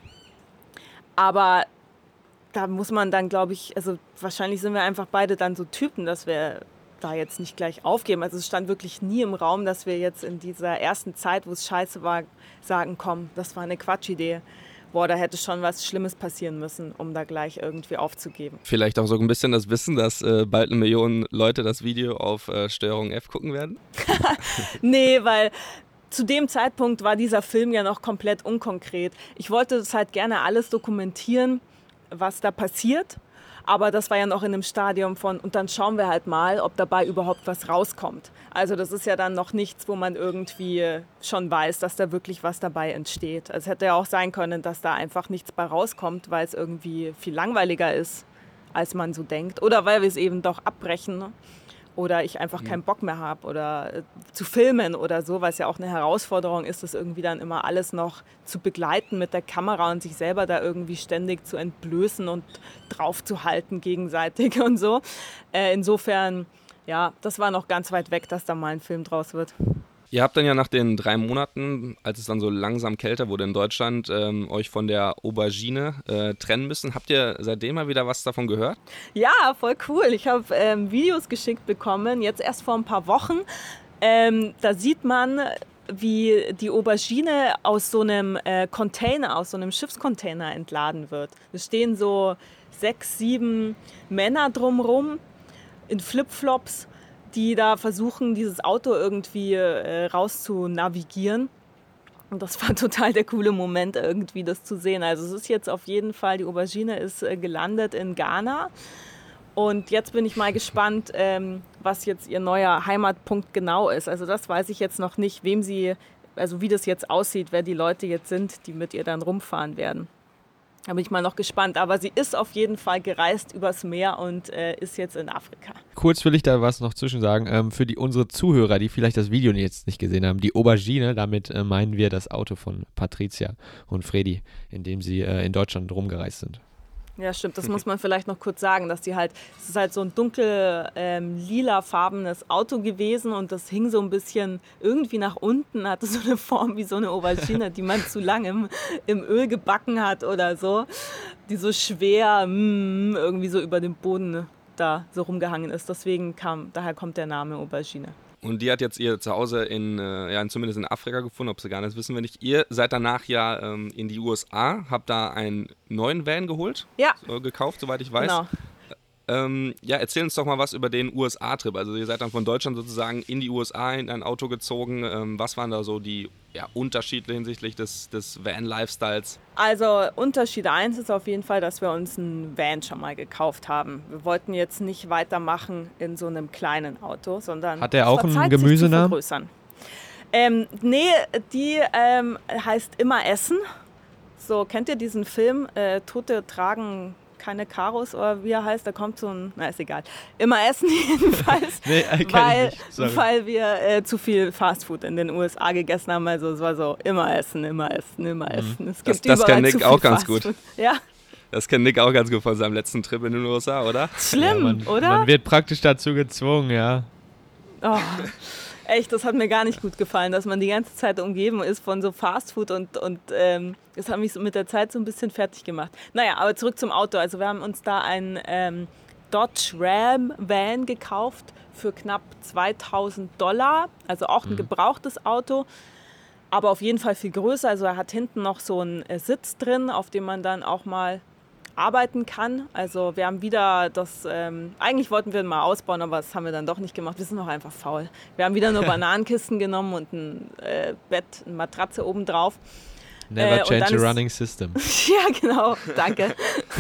aber da muss man dann, glaube ich, also wahrscheinlich sind wir einfach beide dann so Typen, dass wir da jetzt nicht gleich aufgeben. Also es stand wirklich nie im Raum, dass wir jetzt in dieser ersten Zeit, wo es scheiße war, sagen, komm, das war eine Quatschidee. Boah, da hätte schon was Schlimmes passieren müssen, um da gleich irgendwie aufzugeben. Vielleicht auch so ein bisschen das Wissen, dass äh, bald eine Million Leute das Video auf äh, Steuerung F gucken werden? Nee, weil zu dem Zeitpunkt war dieser Film ja noch komplett unkonkret. Ich wollte das halt gerne alles dokumentieren, was da passiert. Aber das war ja noch in einem Stadium von, und dann schauen wir halt mal, ob dabei überhaupt was rauskommt. Also das ist ja dann noch nichts, wo man irgendwie schon weiß, dass da wirklich was dabei entsteht. Also es hätte ja auch sein können, dass da einfach nichts bei rauskommt, weil es irgendwie viel langweiliger ist, als man so denkt. Oder weil wir es eben doch abbrechen. Ne? Oder ich einfach keinen Bock mehr habe oder äh, zu filmen oder so, weil es ja auch eine Herausforderung ist, das irgendwie dann immer alles noch zu begleiten mit der Kamera und sich selber da irgendwie ständig zu entblößen und drauf zu halten gegenseitig und so. Äh, insofern, ja, das war noch ganz weit weg, dass da mal ein Film draus wird. Ihr habt dann ja nach den drei Monaten, als es dann so langsam kälter wurde in Deutschland, ähm, euch von der Aubergine äh, trennen müssen. Habt ihr seitdem mal wieder was davon gehört? Ja, voll cool. Ich habe ähm, Videos geschickt bekommen, jetzt erst vor ein paar Wochen. Ähm, da sieht man, wie die Aubergine aus so einem äh, Container, aus so einem Schiffscontainer entladen wird. Es stehen so sechs, sieben Männer drumherum in Flipflops, die da versuchen, dieses Auto irgendwie äh, raus zu navigieren. Und das war total der coole Moment, irgendwie das zu sehen. Also es ist jetzt auf jeden Fall, die Aubergine ist äh, gelandet in Ghana. Und jetzt bin ich mal gespannt, ähm, was jetzt ihr neuer Heimatpunkt genau ist. Also das weiß ich jetzt noch nicht, wem sie, also wie das jetzt aussieht, wer die Leute jetzt sind, die mit ihr dann rumfahren werden. Da bin ich mal noch gespannt. Aber sie ist auf jeden Fall gereist übers Meer und äh, ist jetzt in Afrika. Kurz will ich da was noch zwischen sagen. Ähm, für die unsere Zuhörer, die vielleicht das Video jetzt nicht gesehen haben, die Aubergine, damit äh, meinen wir das Auto von Patricia und Fredi, in dem sie äh, in Deutschland rumgereist sind. Ja, stimmt. Das muss man vielleicht noch kurz sagen, dass die halt, es ist halt so ein dunkel ähm, lilafarbenes Auto gewesen und das hing so ein bisschen irgendwie nach unten, hatte so eine Form wie so eine Aubergine, die man zu lange im, im Öl gebacken hat oder so, die so schwer mm, irgendwie so über dem Boden da so rumgehangen ist. Deswegen kam, daher kommt der Name Aubergine. Und die hat jetzt ihr Zuhause in, äh, ja, zumindest in Afrika gefunden, ob sie gar nicht wissen wir nicht. Ihr seid danach ja ähm, in die U S A, habt da einen neuen Van geholt, Ja. äh, gekauft, soweit ich weiß. Genau. Ähm, ja, erzähl uns doch mal was über den U S A-Trip. Also ihr seid dann von Deutschland sozusagen in die U S A in ein Auto gezogen. Ähm, was waren da so die ja, Unterschiede hinsichtlich des, des Van-Lifestyles? Also Unterschied eins ist auf jeden Fall, dass wir uns einen Van schon mal gekauft haben. Wir wollten jetzt nicht weitermachen in so einem kleinen Auto, sondern Hat der es auch war einen Zeit, sich zu Gemüsenamen? vergrößern. Ähm, nee, die ähm, heißt Immer Essen. So, kennt ihr diesen Film, äh, Tote tragen keine Karos oder wie er heißt? Da kommt so ein, na ist egal. Immer Essen jedenfalls, Nee, äh, kenn ich weil, nicht. Sorry. weil wir äh, zu viel Fastfood in den U S A gegessen haben. Also es war so, immer essen, immer essen, immer essen. Es Das- gibt das überall kann Nick zu viel auch ganz Fastfood. gut. Ja, Das kennt Nick auch ganz gut von seinem letzten Trip in den U S A, oder? schlimm, Ja, man, oder? Man wird praktisch dazu gezwungen, ja. Oh, echt, das hat mir gar nicht gut gefallen, dass man die ganze Zeit umgeben ist von so Fastfood und, und ähm, das hat mich so mit der Zeit so ein bisschen fertig gemacht. Naja, aber zurück zum Auto. Also wir haben uns da einen ähm, Dodge Ram Van gekauft für knapp zweitausend Dollar, also auch ein gebrauchtes Auto, aber auf jeden Fall viel größer. Also er hat hinten noch so einen äh, Sitz drin, auf dem man dann auch mal arbeiten kann. Also wir haben wieder das, ähm, eigentlich wollten wir ihn mal ausbauen, aber das haben wir dann doch nicht gemacht. Wir sind noch einfach faul. Wir haben wieder nur Bananenkisten genommen und ein äh, Bett, eine Matratze oben drauf. Never Äh, und change dann a ist- running system. Ja, genau, danke.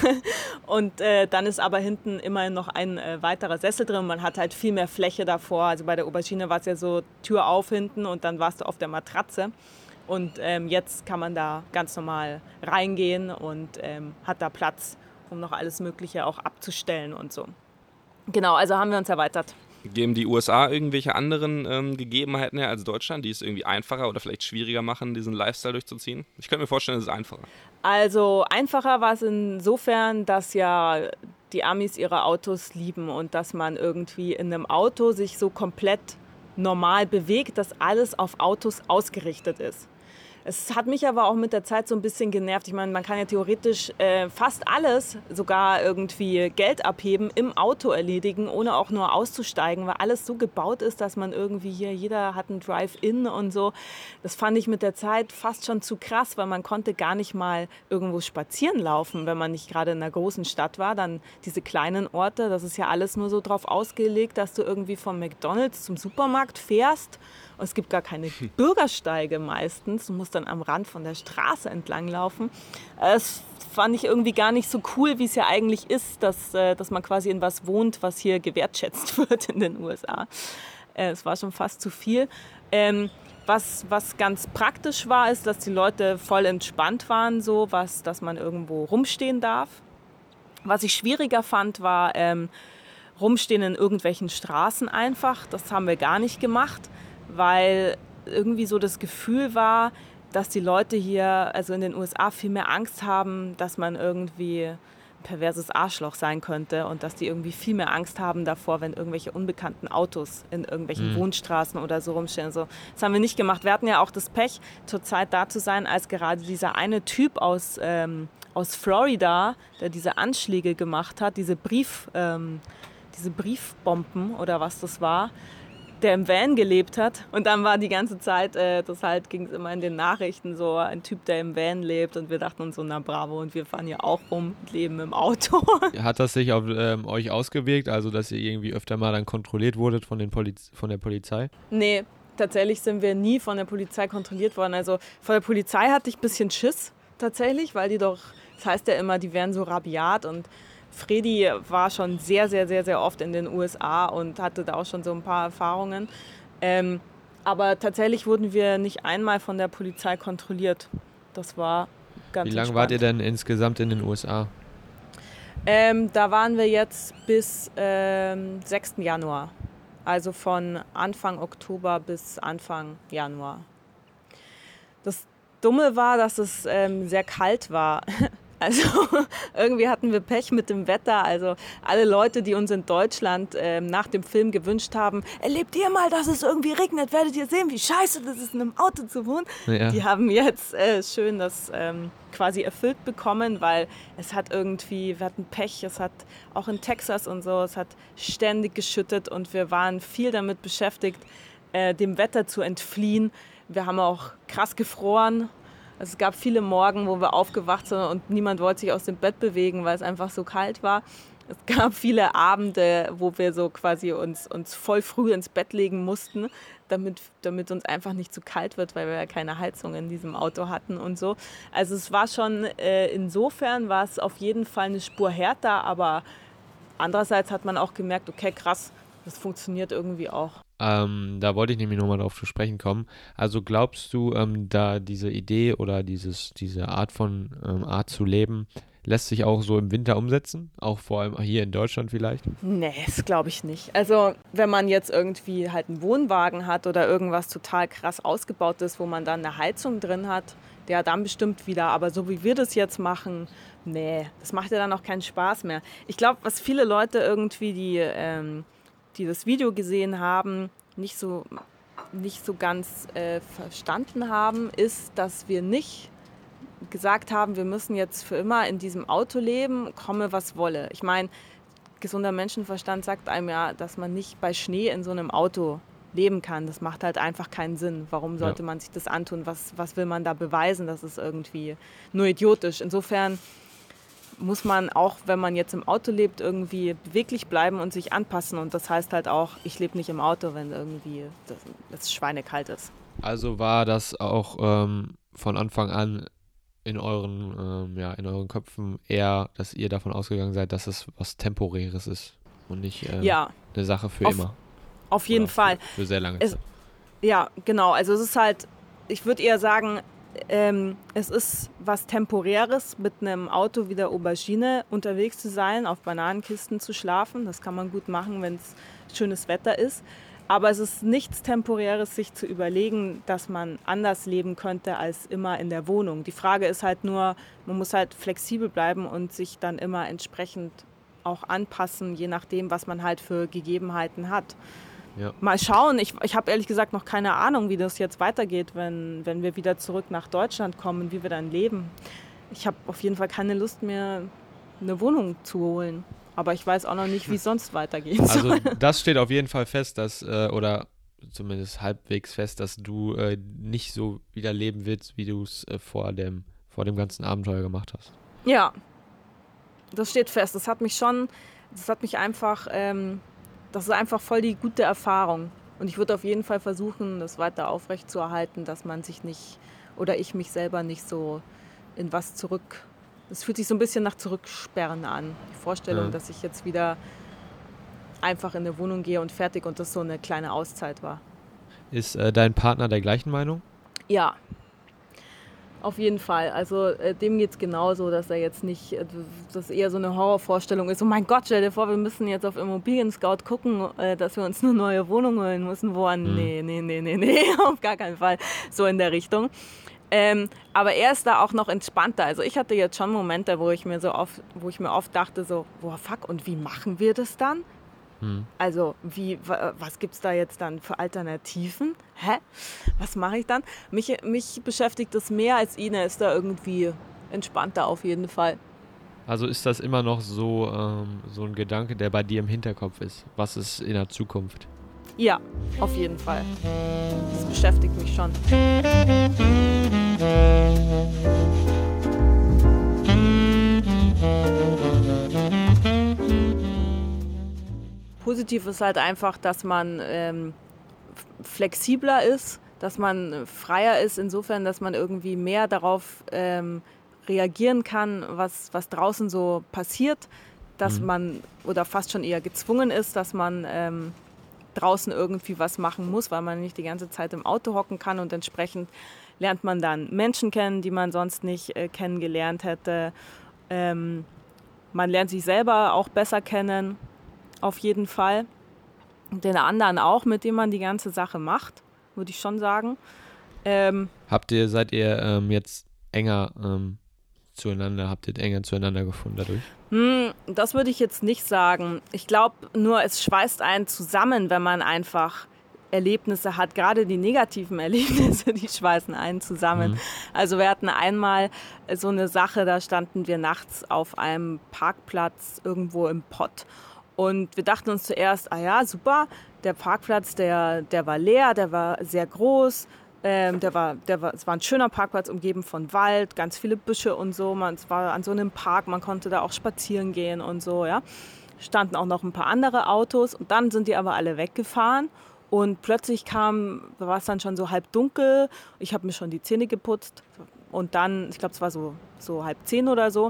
Und äh, dann ist aber hinten immerhin noch ein äh, weiterer Sessel drin. Man hat halt viel mehr Fläche davor. Also bei der Aubergine war es ja so Tür auf hinten und dann warst du auf der Matratze. Und ähm, jetzt kann man da ganz normal reingehen und ähm, hat da Platz, um noch alles Mögliche auch abzustellen und so. Genau, also haben wir uns erweitert. Geben die U S A irgendwelche anderen ähm, Gegebenheiten her als Deutschland, die es irgendwie einfacher oder vielleicht schwieriger machen, diesen Lifestyle durchzuziehen? Ich könnte mir vorstellen, es ist einfacher. Also einfacher war es insofern, dass ja die Amis ihre Autos lieben und dass man irgendwie in einem Auto sich so komplett normal bewegt, dass alles auf Autos ausgerichtet ist. Es hat mich aber auch mit der Zeit so ein bisschen genervt. Ich meine, man kann ja theoretisch äh, fast alles, sogar irgendwie Geld abheben, im Auto erledigen, ohne auch nur auszusteigen, weil alles so gebaut ist, dass man irgendwie hier, jeder hat ein Drive-In und so. Das fand ich mit der Zeit fast schon zu krass, weil man konnte gar nicht mal irgendwo spazieren laufen, wenn man nicht gerade in einer großen Stadt war. Dann diese kleinen Orte, das ist ja alles nur so drauf ausgelegt, dass du irgendwie vom McDonald's zum Supermarkt fährst. Und es gibt gar keine Bürgersteige meistens. Du musst dann am Rand von der Straße entlang laufen. Das fand ich irgendwie gar nicht so cool, wie es ja eigentlich ist, dass, dass man quasi in was wohnt, was hier gewertschätzt wird in den U S A. Es war schon fast zu viel. Ähm, was, was ganz praktisch war, ist, dass die Leute voll entspannt waren, so, was, dass man irgendwo rumstehen darf. Was ich schwieriger fand, war ähm, rumstehen in irgendwelchen Straßen einfach. Das haben wir gar nicht gemacht, weil irgendwie so das Gefühl war, dass die Leute hier, also in den U S A, viel mehr Angst haben, dass man irgendwie ein perverses Arschloch sein könnte und dass die irgendwie viel mehr Angst haben davor, wenn irgendwelche unbekannten Autos in irgendwelchen mhm. Wohnstraßen oder so rumstehen. Also, das haben wir nicht gemacht. Wir hatten ja auch das Pech, zur Zeit da zu sein, als gerade dieser eine Typ aus, ähm, aus Florida, der diese Anschläge gemacht hat, diese Brief, ähm, diese Briefbomben oder was das war, der im Van gelebt hat. Und dann war die ganze Zeit, äh, das halt ging es immer in den Nachrichten so, ein Typ, der im Van lebt. Und wir dachten uns so, na bravo, und wir fahren ja auch rum und leben im Auto. Hat das sich auf ähm, euch ausgewirkt, also dass ihr irgendwie öfter mal dann kontrolliert wurdet von, den Poliz- von der Polizei? Nee, tatsächlich sind wir nie von der Polizei kontrolliert worden. Also von der Polizei hatte ich ein bisschen Schiss tatsächlich, weil die doch, das heißt ja immer, die wären so rabiat, und Fredi war schon sehr, sehr, sehr, sehr oft in den U S A und hatte da auch schon so ein paar Erfahrungen. Ähm, aber tatsächlich wurden wir nicht einmal von der Polizei kontrolliert. Das war ganz Wie lange entspannt. wart ihr denn insgesamt in den U S A? Ähm, da waren wir jetzt bis ähm, sechsten Januar. Also von Anfang Oktober bis Anfang Januar. Das Dumme war, dass es ähm, sehr kalt war. Also irgendwie hatten wir Pech mit dem Wetter. Also alle Leute, die uns in Deutschland ähm, nach dem Film gewünscht haben, erlebt ihr mal, dass es irgendwie regnet, werdet ihr sehen, wie scheiße das ist, in einem Auto zu wohnen. Ja. Die haben jetzt äh, schön das ähm, quasi erfüllt bekommen, weil es hat irgendwie, wir hatten Pech, es hat auch in Texas und so, es hat ständig geschüttet und wir waren viel damit beschäftigt, äh, dem Wetter zu entfliehen. Wir haben auch krass gefroren. Also es gab viele Morgen, wo wir aufgewacht sind und niemand wollte sich aus dem Bett bewegen, weil es einfach so kalt war. Es gab viele Abende, wo wir so quasi uns, uns voll früh ins Bett legen mussten, damit, damit uns einfach nicht zu kalt wird, weil wir ja keine Heizung in diesem Auto hatten und so. Also es war schon, äh, insofern war es auf jeden Fall eine Spur härter, aber andererseits hat man auch gemerkt, okay, krass, das funktioniert irgendwie auch. Ähm, da wollte ich nämlich nochmal drauf zu sprechen kommen. Also glaubst du, ähm, da diese Idee oder dieses, diese Art von ähm, Art zu leben, lässt sich auch so im Winter umsetzen? Auch vor allem hier in Deutschland vielleicht? Nee, das glaube ich nicht. Also wenn man jetzt irgendwie halt einen Wohnwagen hat oder irgendwas total krass ausgebautes, wo man dann eine Heizung drin hat, ja, dann bestimmt wieder. Aber so wie wir das jetzt machen, nee, das macht ja dann auch keinen Spaß mehr. Ich glaube, was viele Leute irgendwie, die... Ähm, die das Video gesehen haben, nicht so, nicht so ganz äh, verstanden haben, ist, dass wir nicht gesagt haben, wir müssen jetzt für immer in diesem Auto leben, komme was wolle. Ich meine, gesunder Menschenverstand sagt einem ja, dass man nicht bei Schnee in so einem Auto leben kann. Das macht halt einfach keinen Sinn. Warum sollte ja. man sich das antun? Was, was will man da beweisen? Das ist irgendwie nur idiotisch. Insofern muss man auch, wenn man jetzt im Auto lebt, irgendwie beweglich bleiben und sich anpassen. Und das heißt halt auch, ich lebe nicht im Auto, wenn irgendwie das, das schweinekalt ist. Also war das auch ähm, von Anfang an in euren, ähm, ja, in euren Köpfen eher, dass ihr davon ausgegangen seid, dass es was Temporäres ist und nicht ähm, ja. eine Sache für auf, immer? Auf jeden Oder Fall. Für, für sehr lange es, Zeit. Ja, genau. Also es ist halt, ich würde eher sagen, ähm, es ist was Temporäres, mit einem Auto wie der Aubergine unterwegs zu sein, auf Bananenkisten zu schlafen. Das kann man gut machen, wenn es schönes Wetter ist. Aber es ist nichts Temporäres, sich zu überlegen, dass man anders leben könnte als immer in der Wohnung. Die Frage ist halt nur, man muss halt flexibel bleiben und sich dann immer entsprechend auch anpassen, je nachdem, was man halt für Gegebenheiten hat. Ja. Mal schauen, ich, ich habe ehrlich gesagt noch keine Ahnung, wie das jetzt weitergeht, wenn, wenn wir wieder zurück nach Deutschland kommen, wie wir dann leben. Ich habe auf jeden Fall keine Lust mehr, eine Wohnung zu holen. Aber ich weiß auch noch nicht, wie es sonst weitergeht. Also das steht auf jeden Fall fest, dass, äh, oder zumindest halbwegs fest, dass du äh, nicht so wieder leben willst, wie du es äh, vor dem, vor dem ganzen Abenteuer gemacht hast. Ja, das steht fest. Das hat mich schon, das hat mich einfach, ähm, das ist einfach voll die gute Erfahrung. Und ich würde auf jeden Fall versuchen, das weiter aufrechtzuerhalten, dass man sich nicht, oder ich mich selber nicht so in was zurück, es fühlt sich so ein bisschen nach Zurücksperren an. Die Vorstellung, Ja. dass ich jetzt wieder einfach in eine Wohnung gehe und fertig und das so eine kleine Auszeit war. Ist äh, dein Partner der gleichen Meinung? Ja, auf jeden Fall. Also äh, dem geht es genauso, dass er jetzt nicht, äh, dass eher so eine Horrorvorstellung ist. Oh mein Gott, stell dir vor, wir müssen jetzt auf Immobilien Scout gucken, äh, dass wir uns eine neue Wohnung holen müssen. Woan? Mhm. Nee, nee, nee, nee, nee, auf gar keinen Fall. So in der Richtung. Ähm, aber er ist da auch noch entspannter. Also ich hatte jetzt schon Momente, wo ich mir so oft, wo ich mir oft dachte so, boah fuck, und wie machen wir das dann? Hm. Also wie, wa- was gibt es da jetzt dann für Alternativen? Hä? Was mache ich dann? Mich, mich beschäftigt das mehr als ihn. Er ist da irgendwie entspannter auf jeden Fall. Also ist das immer noch so, ähm, so ein Gedanke, der bei dir im Hinterkopf ist? Was ist in der Zukunft? Ja, auf jeden Fall. Das beschäftigt mich schon. Positiv ist halt einfach, dass man ähm, flexibler ist, dass man freier ist, insofern, dass man irgendwie mehr darauf ähm, reagieren kann, was, was draußen so passiert, dass Mhm. man oder fast schon eher gezwungen ist, dass man ähm, draußen irgendwie was machen muss, weil man nicht die ganze Zeit im Auto hocken kann und entsprechend lernt man dann Menschen kennen, die man sonst nicht äh, kennengelernt hätte. Ähm, man lernt sich selber auch besser kennen, auf jeden Fall. Und den anderen auch, mit dem man die ganze Sache macht, würde ich schon sagen. Ähm, Habt ihr, seid ihr ähm, jetzt enger ähm, zueinander, habt ihr enger zueinander gefunden dadurch? Hm, das würde ich jetzt nicht sagen. Ich glaube nur, es schweißt einen zusammen, wenn man einfach Erlebnisse hat. Gerade die negativen Erlebnisse, die schweißen einen zusammen. Mhm. Also wir hatten einmal so eine Sache, da standen wir nachts auf einem Parkplatz irgendwo im Pott. Und wir dachten uns zuerst, ah ja, super, der Parkplatz, der, der war leer, der war sehr groß. Ähm, der war, der war, es war ein schöner Parkplatz, umgeben von Wald, ganz viele Büsche und so. Man, es war an so einem Park, man konnte da auch spazieren gehen und so. Ja. Standen auch noch ein paar andere Autos und dann sind die aber alle weggefahren. Und plötzlich kam, war es dann schon so halb dunkel. Ich habe mir schon die Zähne geputzt. Und dann, ich glaube, es war so, so halb zehn oder so.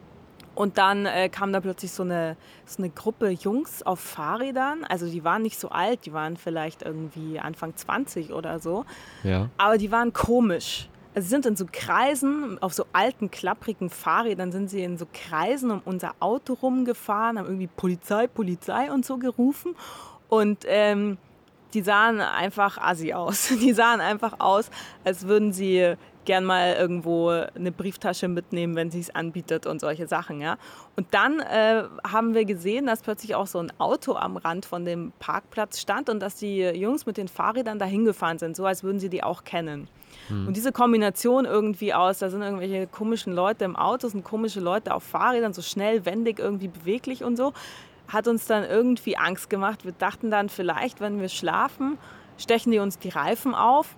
Und dann äh, kam da plötzlich so eine, so eine Gruppe Jungs auf Fahrrädern. Also die waren nicht so alt, die waren vielleicht irgendwie Anfang zwanzig oder so. Ja. Aber die waren komisch. Also sie sind in so Kreisen, auf so alten, klapprigen Fahrrädern sind sie in so Kreisen um unser Auto rumgefahren, haben irgendwie Polizei, Polizei und so gerufen. Und ähm, die sahen einfach assi aus. Die sahen einfach aus, als würden sie gern mal irgendwo eine Brieftasche mitnehmen, wenn sie es anbietet und solche Sachen. Ja. Und dann äh, haben wir gesehen, dass plötzlich auch so ein Auto am Rand von dem Parkplatz stand und dass die Jungs mit den Fahrrädern da hingefahren sind, so als würden sie die auch kennen. Und diese Kombination irgendwie aus, da sind irgendwelche komischen Leute im Auto, sind komische Leute auf Fahrrädern, so schnell, wendig, irgendwie beweglich und so, hat uns dann irgendwie Angst gemacht. Wir dachten dann vielleicht, wenn wir schlafen, stechen die uns die Reifen auf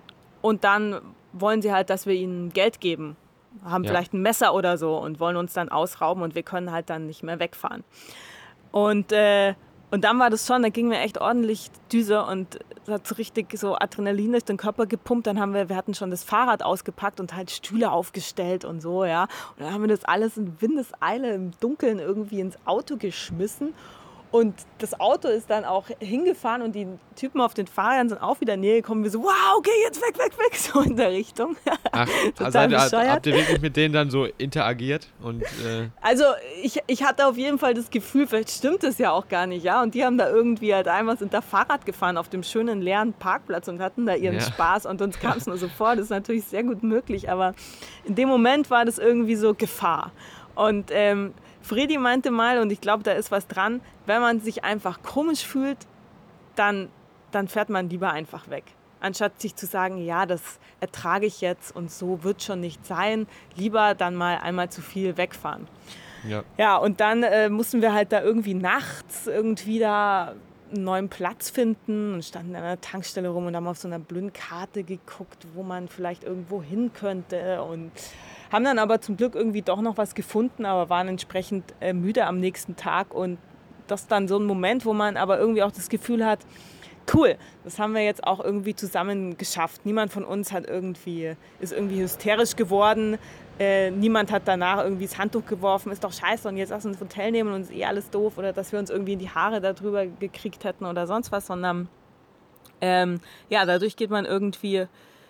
und dann wollen sie halt, dass wir ihnen Geld geben, haben Ja. vielleicht ein Messer oder so und wollen uns dann ausrauben und wir können halt dann nicht mehr wegfahren. Und, äh, und dann war das schon, da ging mir echt ordentlich Düse und es hat so richtig so Adrenalin durch den Körper gepumpt. Dann haben wir, wir hatten schon das Fahrrad ausgepackt und halt Stühle aufgestellt und so, ja. Und dann haben wir das alles in Windeseile im Dunkeln irgendwie ins Auto geschmissen. Und das Auto ist dann auch hingefahren und die Typen auf den Fahrrädern sind auch wieder näher gekommen. Wir so, wow, okay, jetzt weg, weg, weg, so in der Richtung. Ach, also habt, habt ihr wirklich mit denen dann so interagiert? Und, äh also ich, ich hatte auf jeden Fall das Gefühl, vielleicht stimmt es ja auch gar nicht, ja. Und die haben da irgendwie halt einmal, sind da Fahrrad gefahren auf dem schönen leeren Parkplatz und hatten da ihren ja. Spaß. Und uns kam es nur so vor, das ist natürlich sehr gut möglich. Aber in dem Moment war das irgendwie so Gefahr. Und ähm, Fredi meinte mal, und ich glaube, da ist was dran, wenn man sich einfach komisch fühlt, dann, dann fährt man lieber einfach weg. Anstatt sich zu sagen, ja, das ertrage ich jetzt und so wird schon nicht sein, lieber dann mal einmal zu viel wegfahren. Ja, ja und dann äh, mussten wir halt da irgendwie nachts irgendwie da einen neuen Platz finden und standen an einer Tankstelle rum und haben auf so einer blöden Karte geguckt, wo man vielleicht irgendwo hin könnte und haben dann aber zum Glück irgendwie doch noch was gefunden, aber waren entsprechend äh, müde am nächsten Tag. Und das ist dann so ein Moment, wo man aber irgendwie auch das Gefühl hat, cool, das haben wir jetzt auch irgendwie zusammen geschafft. Niemand von uns hat irgendwie, ist irgendwie hysterisch geworden. Äh, niemand hat danach irgendwie das Handtuch geworfen, ist doch scheiße und jetzt lass uns ein Hotel nehmen und uns ist eh alles doof. Oder dass wir uns irgendwie in die Haare darüber gekriegt hätten oder sonst was. Sondern ähm, ja, dadurch geht man irgendwie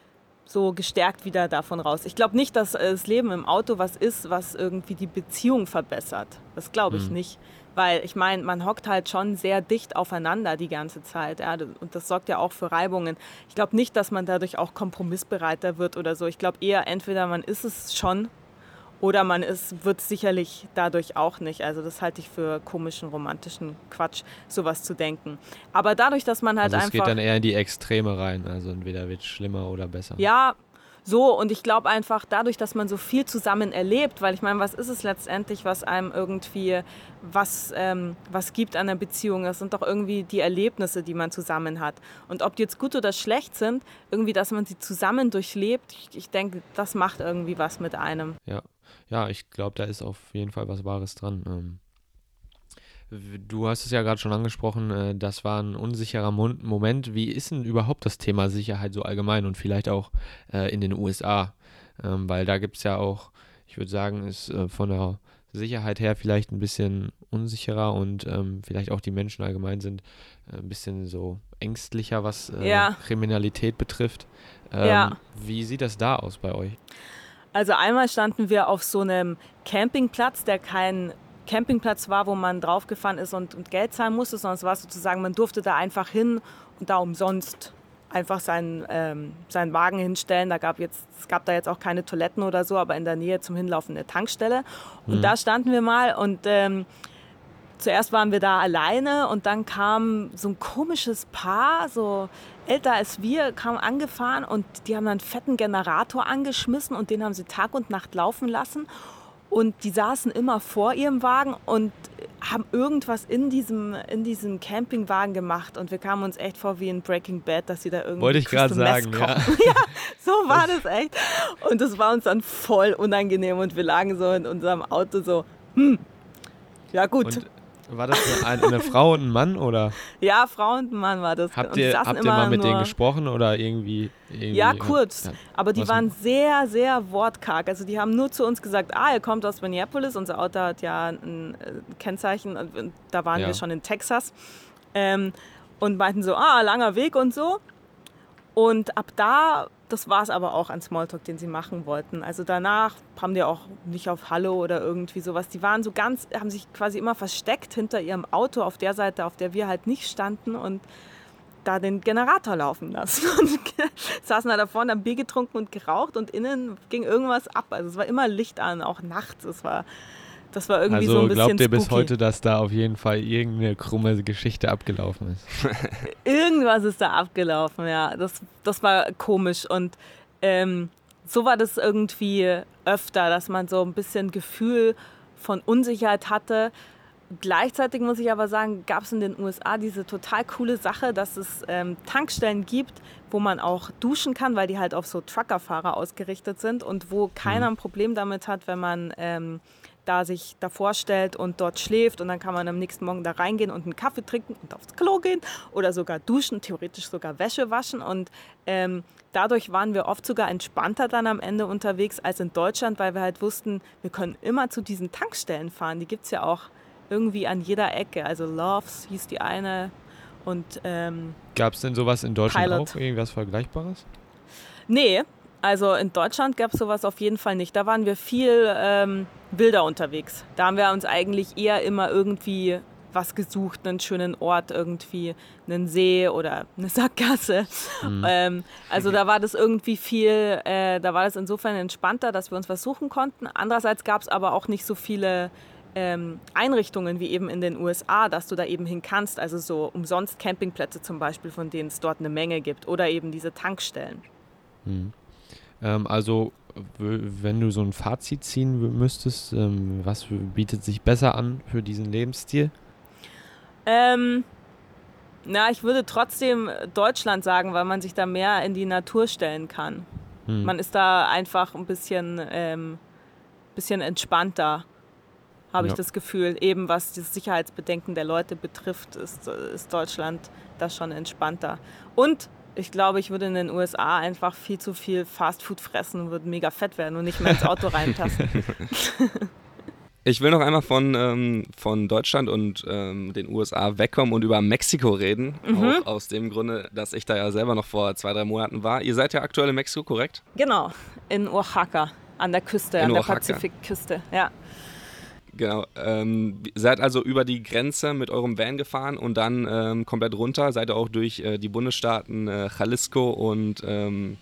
so gestärkt wieder davon raus. Ich glaube nicht, dass das Leben im Auto was ist, was irgendwie die Beziehung verbessert. Das glaube ich mhm. nicht. Weil ich meine, man hockt halt schon sehr dicht aufeinander die ganze Zeit. Ja, und das sorgt ja auch für Reibungen. Ich glaube nicht, dass man dadurch auch kompromissbereiter wird oder so. Ich glaube eher, entweder man ist es schon oder man ist, wird sicherlich dadurch auch nicht. Also das halte ich für komischen, romantischen Quatsch, sowas zu denken. Aber dadurch, dass man halt also es einfach... es geht dann eher in die Extreme rein. Also entweder wird es schlimmer oder besser. Ja, so. Und ich glaube einfach dadurch, dass man so viel zusammen erlebt, weil ich meine, was ist es letztendlich, was einem irgendwie was, ähm, was gibt an der Beziehung? Das sind doch irgendwie die Erlebnisse, die man zusammen hat. Und ob die jetzt gut oder schlecht sind, irgendwie, dass man sie zusammen durchlebt, ich, ich denke, das macht irgendwie was mit einem. Ja. Ja, ich glaube, da ist auf jeden Fall was Wahres dran. Ähm, du hast es ja gerade schon angesprochen, äh, das war ein unsicherer Mo- Moment. Wie ist denn überhaupt das Thema Sicherheit so allgemein und vielleicht auch äh, in den U S A? Ähm, weil da gibt es ja auch, ich würde sagen, ist äh, von der Sicherheit her vielleicht ein bisschen unsicherer und ähm, vielleicht auch die Menschen allgemein sind äh, ein bisschen so ängstlicher, was äh, ja. Kriminalität betrifft. Ähm, ja. Wie sieht das da aus bei euch? Also einmal standen wir auf so einem Campingplatz, der kein Campingplatz war, wo man draufgefahren ist und, und Geld zahlen musste, sondern es war sozusagen, man durfte da einfach hin und da umsonst einfach seinen, ähm, seinen Wagen hinstellen. Da gab jetzt, es gab da jetzt auch keine Toiletten oder so, aber in der Nähe zum Hinlaufen eine Tankstelle. Und mhm. da standen wir mal und ähm, zuerst waren wir da alleine und dann kam so ein komisches Paar, so älter als wir, kam angefahren und die haben dann einen fetten Generator angeschmissen und den haben sie Tag und Nacht laufen lassen. Und die saßen immer vor ihrem Wagen und haben irgendwas in diesem, in diesem Campingwagen gemacht. Und wir kamen uns echt vor wie in Breaking Bad, dass sie da irgendwie Wollte ich gerade sagen, ja. ja, so war das echt. Und das war uns dann voll unangenehm und wir lagen so in unserem Auto so, hm, ja gut. Und war das eine, eine Frau und ein Mann, oder? Ja, Frau und ein Mann war das. Habt ihr, habt ihr mal mit denen gesprochen oder irgendwie? irgendwie ja, kurz. Ja, aber die waren sehr, sehr wortkarg. Also die haben nur zu uns gesagt, ah, ihr kommt aus Minneapolis. Unser Auto hat ja ein Kennzeichen. Und da waren ja. wir schon in Texas. Ähm, und meinten so, ah, langer Weg und so. Und ab da, das war es aber auch an Smalltalk, den sie machen wollten. Also danach haben die auch nicht auf Hallo oder irgendwie sowas. Die waren so ganz, haben sich quasi immer versteckt hinter ihrem Auto auf der Seite, auf der wir halt nicht standen und da den Generator laufen lassen. Und saßen da vorne, haben Bier getrunken und geraucht und innen ging irgendwas ab. Also es war immer Licht an, auch nachts. Es war... Das war irgendwie also so ein bisschen glaubt ihr bis spooky. heute, dass da auf jeden Fall irgendeine krumme Geschichte abgelaufen ist? Irgendwas ist da abgelaufen, ja. Das, das war komisch. Und ähm, so war das irgendwie öfter, dass man so ein bisschen Gefühl von Unsicherheit hatte. Gleichzeitig muss ich aber sagen, gab es in den U S A diese total coole Sache, dass es ähm, Tankstellen gibt, wo man auch duschen kann, weil die halt auf so Truckerfahrer ausgerichtet sind und wo keiner ein Problem damit hat, wenn man... Ähm, da sich davor stellt und dort schläft und dann kann man am nächsten Morgen da reingehen und einen Kaffee trinken und aufs Klo gehen oder sogar duschen, theoretisch sogar Wäsche waschen und ähm, dadurch waren wir oft sogar entspannter dann am Ende unterwegs als in Deutschland, weil wir halt wussten, wir können immer zu diesen Tankstellen fahren, die gibt es ja auch irgendwie an jeder Ecke. Also Loves hieß die eine und ähm, Gab es denn sowas in Deutschland Pilot. auch? Irgendwas Vergleichbares? Nee, also in Deutschland gab es sowas auf jeden Fall nicht. Da waren wir viel ähm, wilder unterwegs. Da haben wir uns eigentlich eher immer irgendwie was gesucht, einen schönen Ort irgendwie, einen See oder eine Sackgasse. Mhm. Ähm, also da war das irgendwie viel, äh, da war das insofern entspannter, dass wir uns was suchen konnten. Andererseits gab es aber auch nicht so viele ähm, Einrichtungen wie eben in den U S A, dass du da eben hin kannst. Also so umsonst Campingplätze zum Beispiel, von denen es dort eine Menge gibt oder eben diese Tankstellen. Mhm. Ähm, also w- wenn du so ein Fazit ziehen w- müsstest, ähm, was bietet sich besser an für diesen Lebensstil? Ähm, na, ich würde trotzdem Deutschland sagen, weil man sich da mehr in die Natur stellen kann. Hm. Man ist da einfach ein bisschen, ähm, bisschen entspannter, habe ja. ich das Gefühl. Eben was das Sicherheitsbedenken der Leute betrifft, ist, ist Deutschland da schon entspannter. Und ich glaube, ich würde in den U S A einfach viel zu viel Fastfood fressen und würde mega fett werden und nicht mehr ins Auto reinpassen. Ich will noch einmal von, ähm, von Deutschland und ähm, den U S A wegkommen und über Mexiko reden. Mhm. Auch aus dem Grunde, dass ich da ja selber noch vor zwei, drei Monaten war. Ihr seid ja aktuell in Mexiko, korrekt? Genau, in Oaxaca, an der Küste, in an Oaxaca. Der Pazifikküste, ja. Genau, ähm, seid also über die Grenze mit eurem Van gefahren und dann ähm, komplett runter. Seid ihr auch durch äh, die Bundesstaaten äh, Jalisco und... Ähm,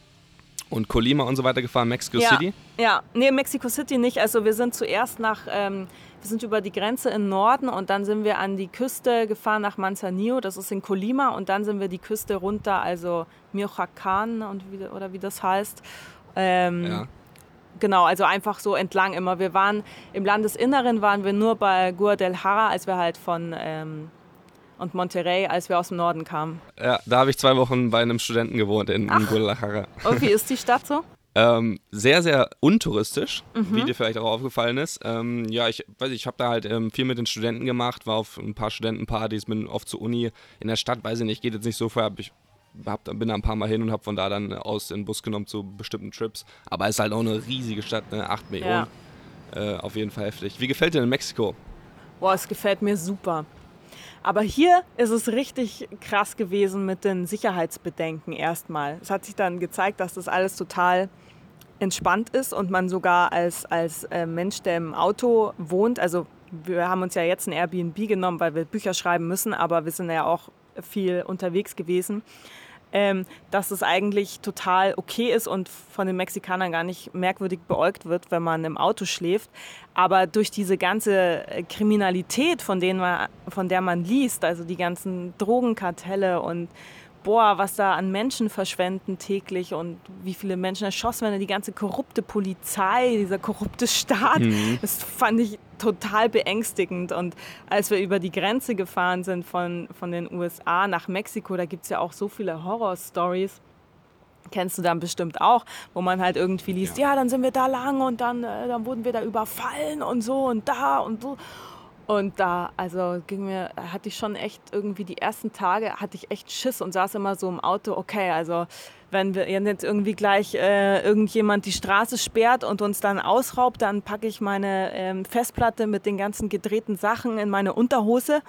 Und Colima und so weiter gefahren, Mexico ja, City? Ja, nee, Mexico City nicht. Also wir sind zuerst nach, ähm, wir sind über die Grenze im Norden und dann sind wir an die Küste gefahren nach Manzanillo, das ist in Colima, und dann sind wir die Küste runter, also Michoacán und wie, oder wie das heißt. Ähm, ja. Genau, also einfach so entlang immer. Wir waren, im Landesinneren waren wir nur bei Guadalajara, als wir halt von... Ähm, und Monterrey, als wir aus dem Norden kamen. Ja, da habe ich zwei Wochen bei einem Studenten gewohnt in, in Guadalajara. Und wie ist die Stadt so? ähm, sehr, sehr untouristisch, mhm. wie dir vielleicht auch aufgefallen ist. Ähm, ja, ich weiß ich habe da halt ähm, viel mit den Studenten gemacht, war auf ein paar Studentenpartys, bin oft zur Uni in der Stadt, weiß ich nicht, geht jetzt nicht so vorher, ich hab, bin da ein paar Mal hin und habe von da dann aus den Bus genommen zu bestimmten Trips. Aber es ist halt auch eine riesige Stadt, ne? acht Millionen. Ja. Äh, auf jeden Fall heftig. Wie gefällt dir denn Mexiko? Boah, es gefällt mir super. Aber hier ist es richtig krass gewesen mit den Sicherheitsbedenken erstmal. Es hat sich dann gezeigt, dass das alles total entspannt ist und man sogar als, als äh, Mensch, der im Auto wohnt, also wir haben uns ja jetzt ein Airbnb genommen, weil wir Bücher schreiben müssen, aber wir sind ja auch viel unterwegs gewesen, ähm, dass es eigentlich total okay ist und von den Mexikanern gar nicht merkwürdig beäugt wird, wenn man im Auto schläft. Aber durch diese ganze Kriminalität, von, denen man, von der man liest, also die ganzen Drogenkartelle und boah, was da an Menschen verschwenden täglich und wie viele Menschen erschossen werden, die ganze korrupte Polizei, dieser korrupte Staat, mhm. das fand ich total beängstigend. Und als wir über die Grenze gefahren sind von, von den U S A nach Mexiko, da gibt es ja auch so viele Horror-Stories, kennst du dann bestimmt auch, wo man halt irgendwie liest, ja, ja dann sind wir da lang und dann, äh, dann wurden wir da überfallen und so und da und so. Und da, also ging mir, hatte ich schon echt irgendwie die ersten Tage, hatte ich echt Schiss und saß immer so im Auto, okay, also wenn wir jetzt irgendwie gleich äh, irgendjemand die Straße sperrt und uns dann ausraubt, dann packe ich meine ähm, Festplatte mit den ganzen gedrehten Sachen in meine Unterhose.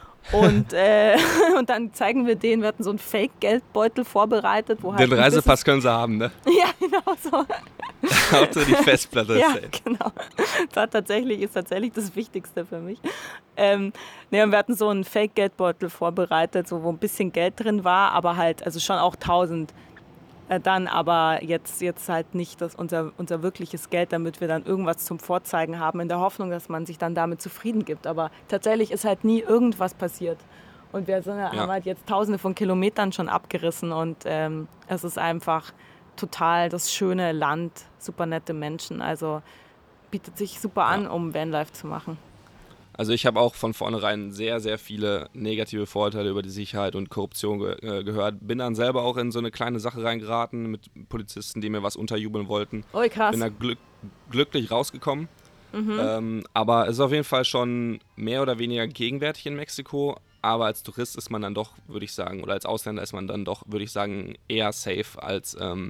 Und, äh, und dann zeigen wir denen, wir hatten so einen Fake-Geldbeutel vorbereitet. Wo halt den Reisepass können sie haben, ne? Ja, genau so. Hauptsache die Festplatte. Ja, genau. Das tatsächlich, ist tatsächlich das Wichtigste für mich. Ähm, ne, und wir hatten so einen Fake-Geldbeutel vorbereitet, so, wo ein bisschen Geld drin war, aber halt, also schon auch tausend. Äh, dann aber jetzt, jetzt halt nicht das unser, unser wirkliches Geld, damit wir dann irgendwas zum Vorzeigen haben, in der Hoffnung, dass man sich dann damit zufrieden gibt. Aber tatsächlich ist halt nie irgendwas passiert. Und wir sind, ja. haben halt jetzt tausende von Kilometern schon abgerissen und ähm, es ist einfach total das schöne Land, super nette Menschen. Also bietet sich super an, ja. um Vanlife zu machen. Also ich habe auch von vornherein sehr, sehr viele negative Vorurteile über die Sicherheit und Korruption ge- äh, gehört. Bin dann selber auch in so eine kleine Sache reingeraten mit Polizisten, die mir was unterjubeln wollten. Oh, krass. Bin da glück- glücklich rausgekommen. Mhm. Ähm, aber es ist auf jeden Fall schon mehr oder weniger gegenwärtig in Mexiko. Aber als Tourist ist man dann doch, würde ich sagen, oder als Ausländer ist man dann doch, würde ich sagen, eher safe als, ähm,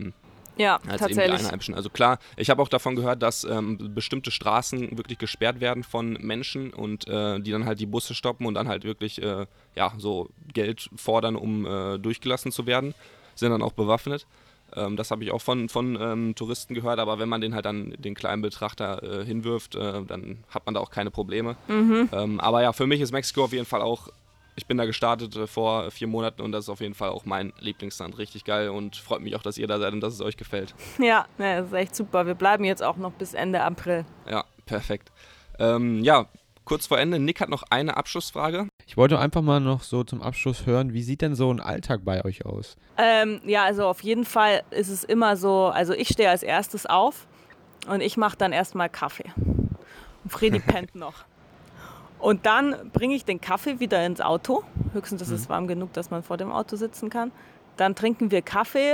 Ja, als eben die tatsächlich. Einheimischen. Also klar, ich habe auch davon gehört, dass ähm, bestimmte Straßen wirklich gesperrt werden von Menschen und äh, die dann halt die Busse stoppen und dann halt wirklich äh, ja, so Geld fordern, um äh, durchgelassen zu werden. Sind dann auch bewaffnet. Ähm, das habe ich auch von, von ähm, Touristen gehört, aber wenn man den halt dann den kleinen Betrachter äh, hinwirft, äh, dann hat man da auch keine Probleme. Mhm. Ähm, aber ja, für mich ist Mexiko auf jeden Fall auch, ich bin da gestartet äh, vor vier Monaten und das ist auf jeden Fall auch mein Lieblingsland. Richtig geil und freut mich auch, dass ihr da seid und dass es euch gefällt. Ja, ne, das ist echt super. Wir bleiben jetzt auch noch bis Ende April. Ja, perfekt. Ähm, ja, kurz vor Ende, Nick hat noch eine Abschlussfrage. Ich wollte einfach mal noch so zum Abschluss hören, wie sieht denn so ein Alltag bei euch aus? Ähm, ja, also auf jeden Fall ist es immer so, also ich stehe als erstes auf und ich mache dann erstmal Kaffee. Und Fredi pennt noch. Und dann bringe ich den Kaffee wieder ins Auto. Höchstens ist es warm genug, dass man vor dem Auto sitzen kann. Dann trinken wir Kaffee,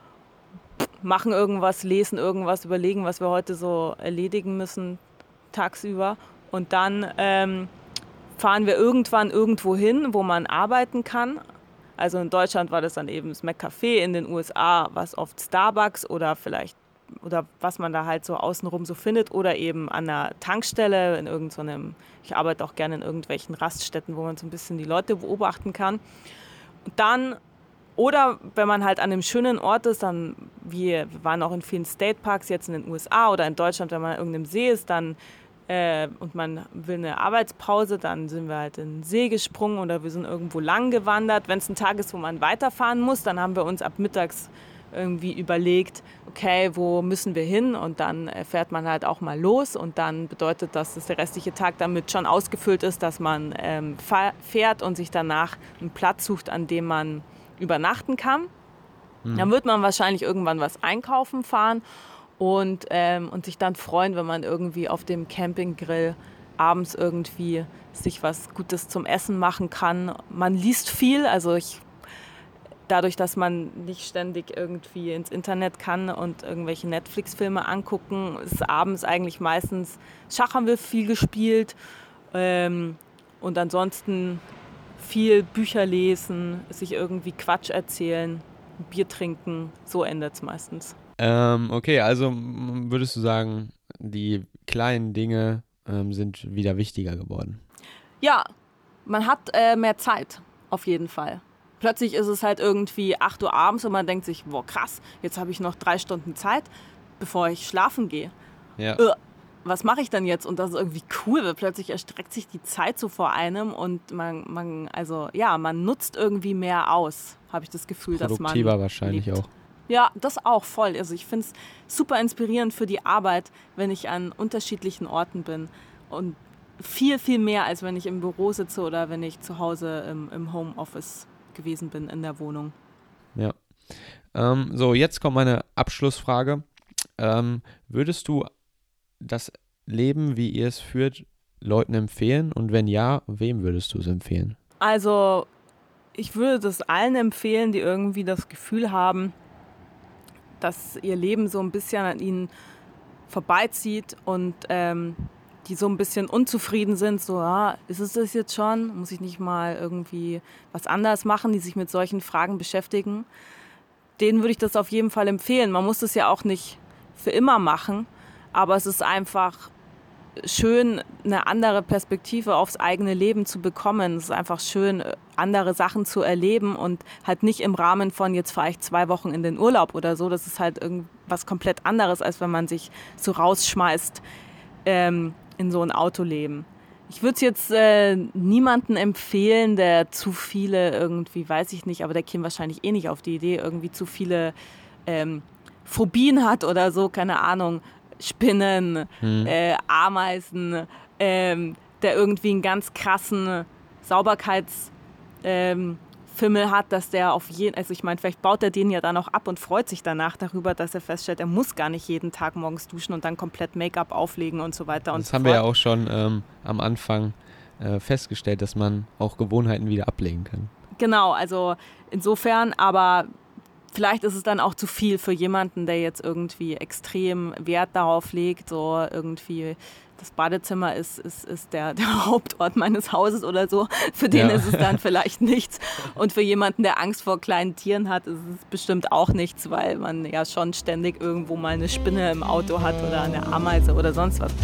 machen irgendwas, lesen irgendwas, überlegen, was wir heute so erledigen müssen tagsüber. Und dann ähm, fahren wir irgendwann irgendwo hin, wo man arbeiten kann. Also in Deutschland war das dann eben das McCafé, in den U S A war es oft Starbucks oder vielleicht, oder was man da halt so außenrum so findet oder eben an einer Tankstelle, in irgendeinem, ich arbeite auch gerne in irgendwelchen Raststätten, wo man so ein bisschen die Leute beobachten kann. Und dann, oder wenn man halt an einem schönen Ort ist, dann, wir, wir waren auch in vielen Stateparks, jetzt in den U S A oder in Deutschland, wenn man an irgendeinem See ist, dann äh, und man will eine Arbeitspause, dann sind wir halt in den See gesprungen oder wir sind irgendwo lang gewandert. Wenn es ein Tag ist, wo man weiterfahren muss, dann haben wir uns ab mittags irgendwie überlegt, okay, wo müssen wir hin? Und dann fährt man halt auch mal los und dann bedeutet das, dass der restliche Tag damit schon ausgefüllt ist, dass man ähm, fährt und sich danach einen Platz sucht, an dem man übernachten kann. Mhm. Dann wird man wahrscheinlich irgendwann was einkaufen fahren und, ähm, und sich dann freuen, wenn man irgendwie auf dem Campinggrill abends irgendwie sich was Gutes zum Essen machen kann. Man liest viel, also ich dadurch, dass man nicht ständig irgendwie ins Internet kann und irgendwelche Netflix-Filme angucken, ist abends eigentlich meistens, Schach haben wir viel gespielt ähm, und ansonsten viel Bücher lesen, sich irgendwie Quatsch erzählen, Bier trinken, so endet es meistens. Ähm, okay, also m- würdest du sagen, die kleinen Dinge ähm, sind wieder wichtiger geworden? Ja, man hat äh, mehr Zeit, auf jeden Fall. Plötzlich ist es halt irgendwie acht Uhr abends und man denkt sich, boah krass, jetzt habe ich noch drei Stunden Zeit, bevor ich schlafen gehe. Ja. Äh, was mache ich dann jetzt? Und das ist irgendwie cool, weil plötzlich erstreckt sich die Zeit so vor einem und man, man also ja, man nutzt irgendwie mehr aus, habe ich das Gefühl, dass man Produktiver wahrscheinlich lebt. auch. Ja, das auch voll. Also ich finde es super inspirierend für die Arbeit, wenn ich an unterschiedlichen Orten bin und viel, viel mehr, als wenn ich im Büro sitze oder wenn ich zu Hause im, im Homeoffice gewesen bin in der Wohnung. Ja. Ähm, so, jetzt kommt meine Abschlussfrage. Ähm, würdest du das Leben, wie ihr es führt, Leuten empfehlen? Und wenn ja, wem würdest du es empfehlen? Also ich würde das allen empfehlen, die irgendwie das Gefühl haben, dass ihr Leben so ein bisschen an ihnen vorbeizieht und ähm, die so ein bisschen unzufrieden sind, so, ah, ist es das jetzt schon? Muss ich nicht mal irgendwie was anderes machen, die sich mit solchen Fragen beschäftigen? Denen würde ich das auf jeden Fall empfehlen. Man muss das ja auch nicht für immer machen, aber es ist einfach schön, eine andere Perspektive aufs eigene Leben zu bekommen. Es ist einfach schön, andere Sachen zu erleben und halt nicht im Rahmen von, jetzt fahre ich zwei Wochen in den Urlaub oder so. Das ist halt irgendwas komplett anderes, als wenn man sich so rausschmeißt ähm, in so ein Autoleben. Ich würde es jetzt äh, niemandem empfehlen, der zu viele irgendwie, weiß ich nicht, aber der käme wahrscheinlich eh nicht auf die Idee, irgendwie zu viele ähm, Phobien hat oder so, keine Ahnung, Spinnen, hm. äh, Ameisen, ähm, der irgendwie einen ganz krassen Sauberkeitsfimmel ähm, hat, dass der auf jeden, also ich meine, vielleicht baut er den ja dann auch ab und freut sich danach darüber, dass er feststellt, er muss gar nicht jeden Tag morgens duschen und dann komplett Make-up auflegen und so weiter. Und das so haben fort. wir ja auch schon ähm, am Anfang äh, festgestellt, dass man auch Gewohnheiten wieder ablegen kann. Genau, also insofern, aber vielleicht ist es dann auch zu viel für jemanden, der jetzt irgendwie extrem Wert darauf legt, so irgendwie das Badezimmer ist, ist, ist der, der Hauptort meines Hauses oder so. Für den Ja. ist es dann vielleicht nichts. Und für jemanden, der Angst vor kleinen Tieren hat, ist es bestimmt auch nichts, weil man ja schon ständig irgendwo mal eine Spinne im Auto hat oder eine Ameise oder sonst was.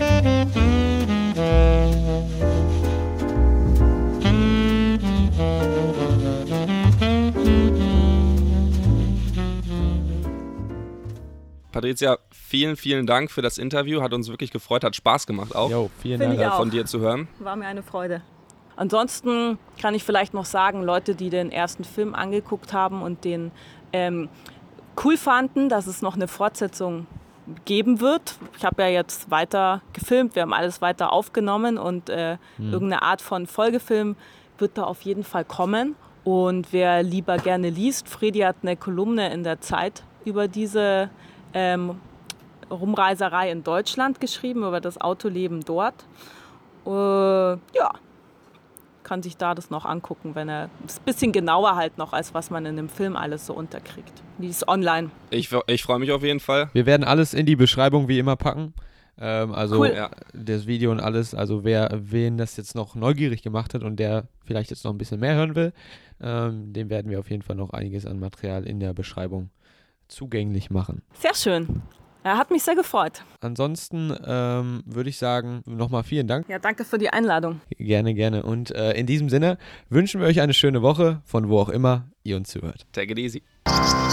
Patricia, vielen, vielen Dank für das Interview. Hat uns wirklich gefreut, hat Spaß gemacht auch, Jo, vielen Finde Dank. ich äh, auch. von dir zu hören. War mir eine Freude. Ansonsten kann ich vielleicht noch sagen, Leute, die den ersten Film angeguckt haben und den ähm, cool fanden, dass es noch eine Fortsetzung geben wird. Ich habe ja jetzt weiter gefilmt, wir haben alles weiter aufgenommen und äh, Hm. irgendeine Art von Folgefilm wird da auf jeden Fall kommen. Und wer lieber gerne liest, Fredi hat eine Kolumne in der Zeit über diese ähm, Rumreiserei in Deutschland geschrieben, über das Autoleben dort. Äh, ja, kann sich da das noch angucken, wenn er ist ein bisschen genauer halt noch, als was man in dem Film alles so unterkriegt. Die ist online. Ich, ich freue mich auf jeden Fall. Wir werden alles in die Beschreibung wie immer packen. Ähm, also Cool. Ja. das Video und alles. Also wer wen das jetzt noch neugierig gemacht hat und der vielleicht jetzt noch ein bisschen mehr hören will, ähm, dem werden wir auf jeden Fall noch einiges an Material in der Beschreibung zugänglich machen. Sehr schön. Er hat mich sehr gefreut. Ansonsten ähm, würde ich sagen, nochmal vielen Dank. Ja, danke für die Einladung. Gerne, gerne. Und äh, in diesem Sinne wünschen wir euch eine schöne Woche, von wo auch immer ihr uns zuhört. Take it easy.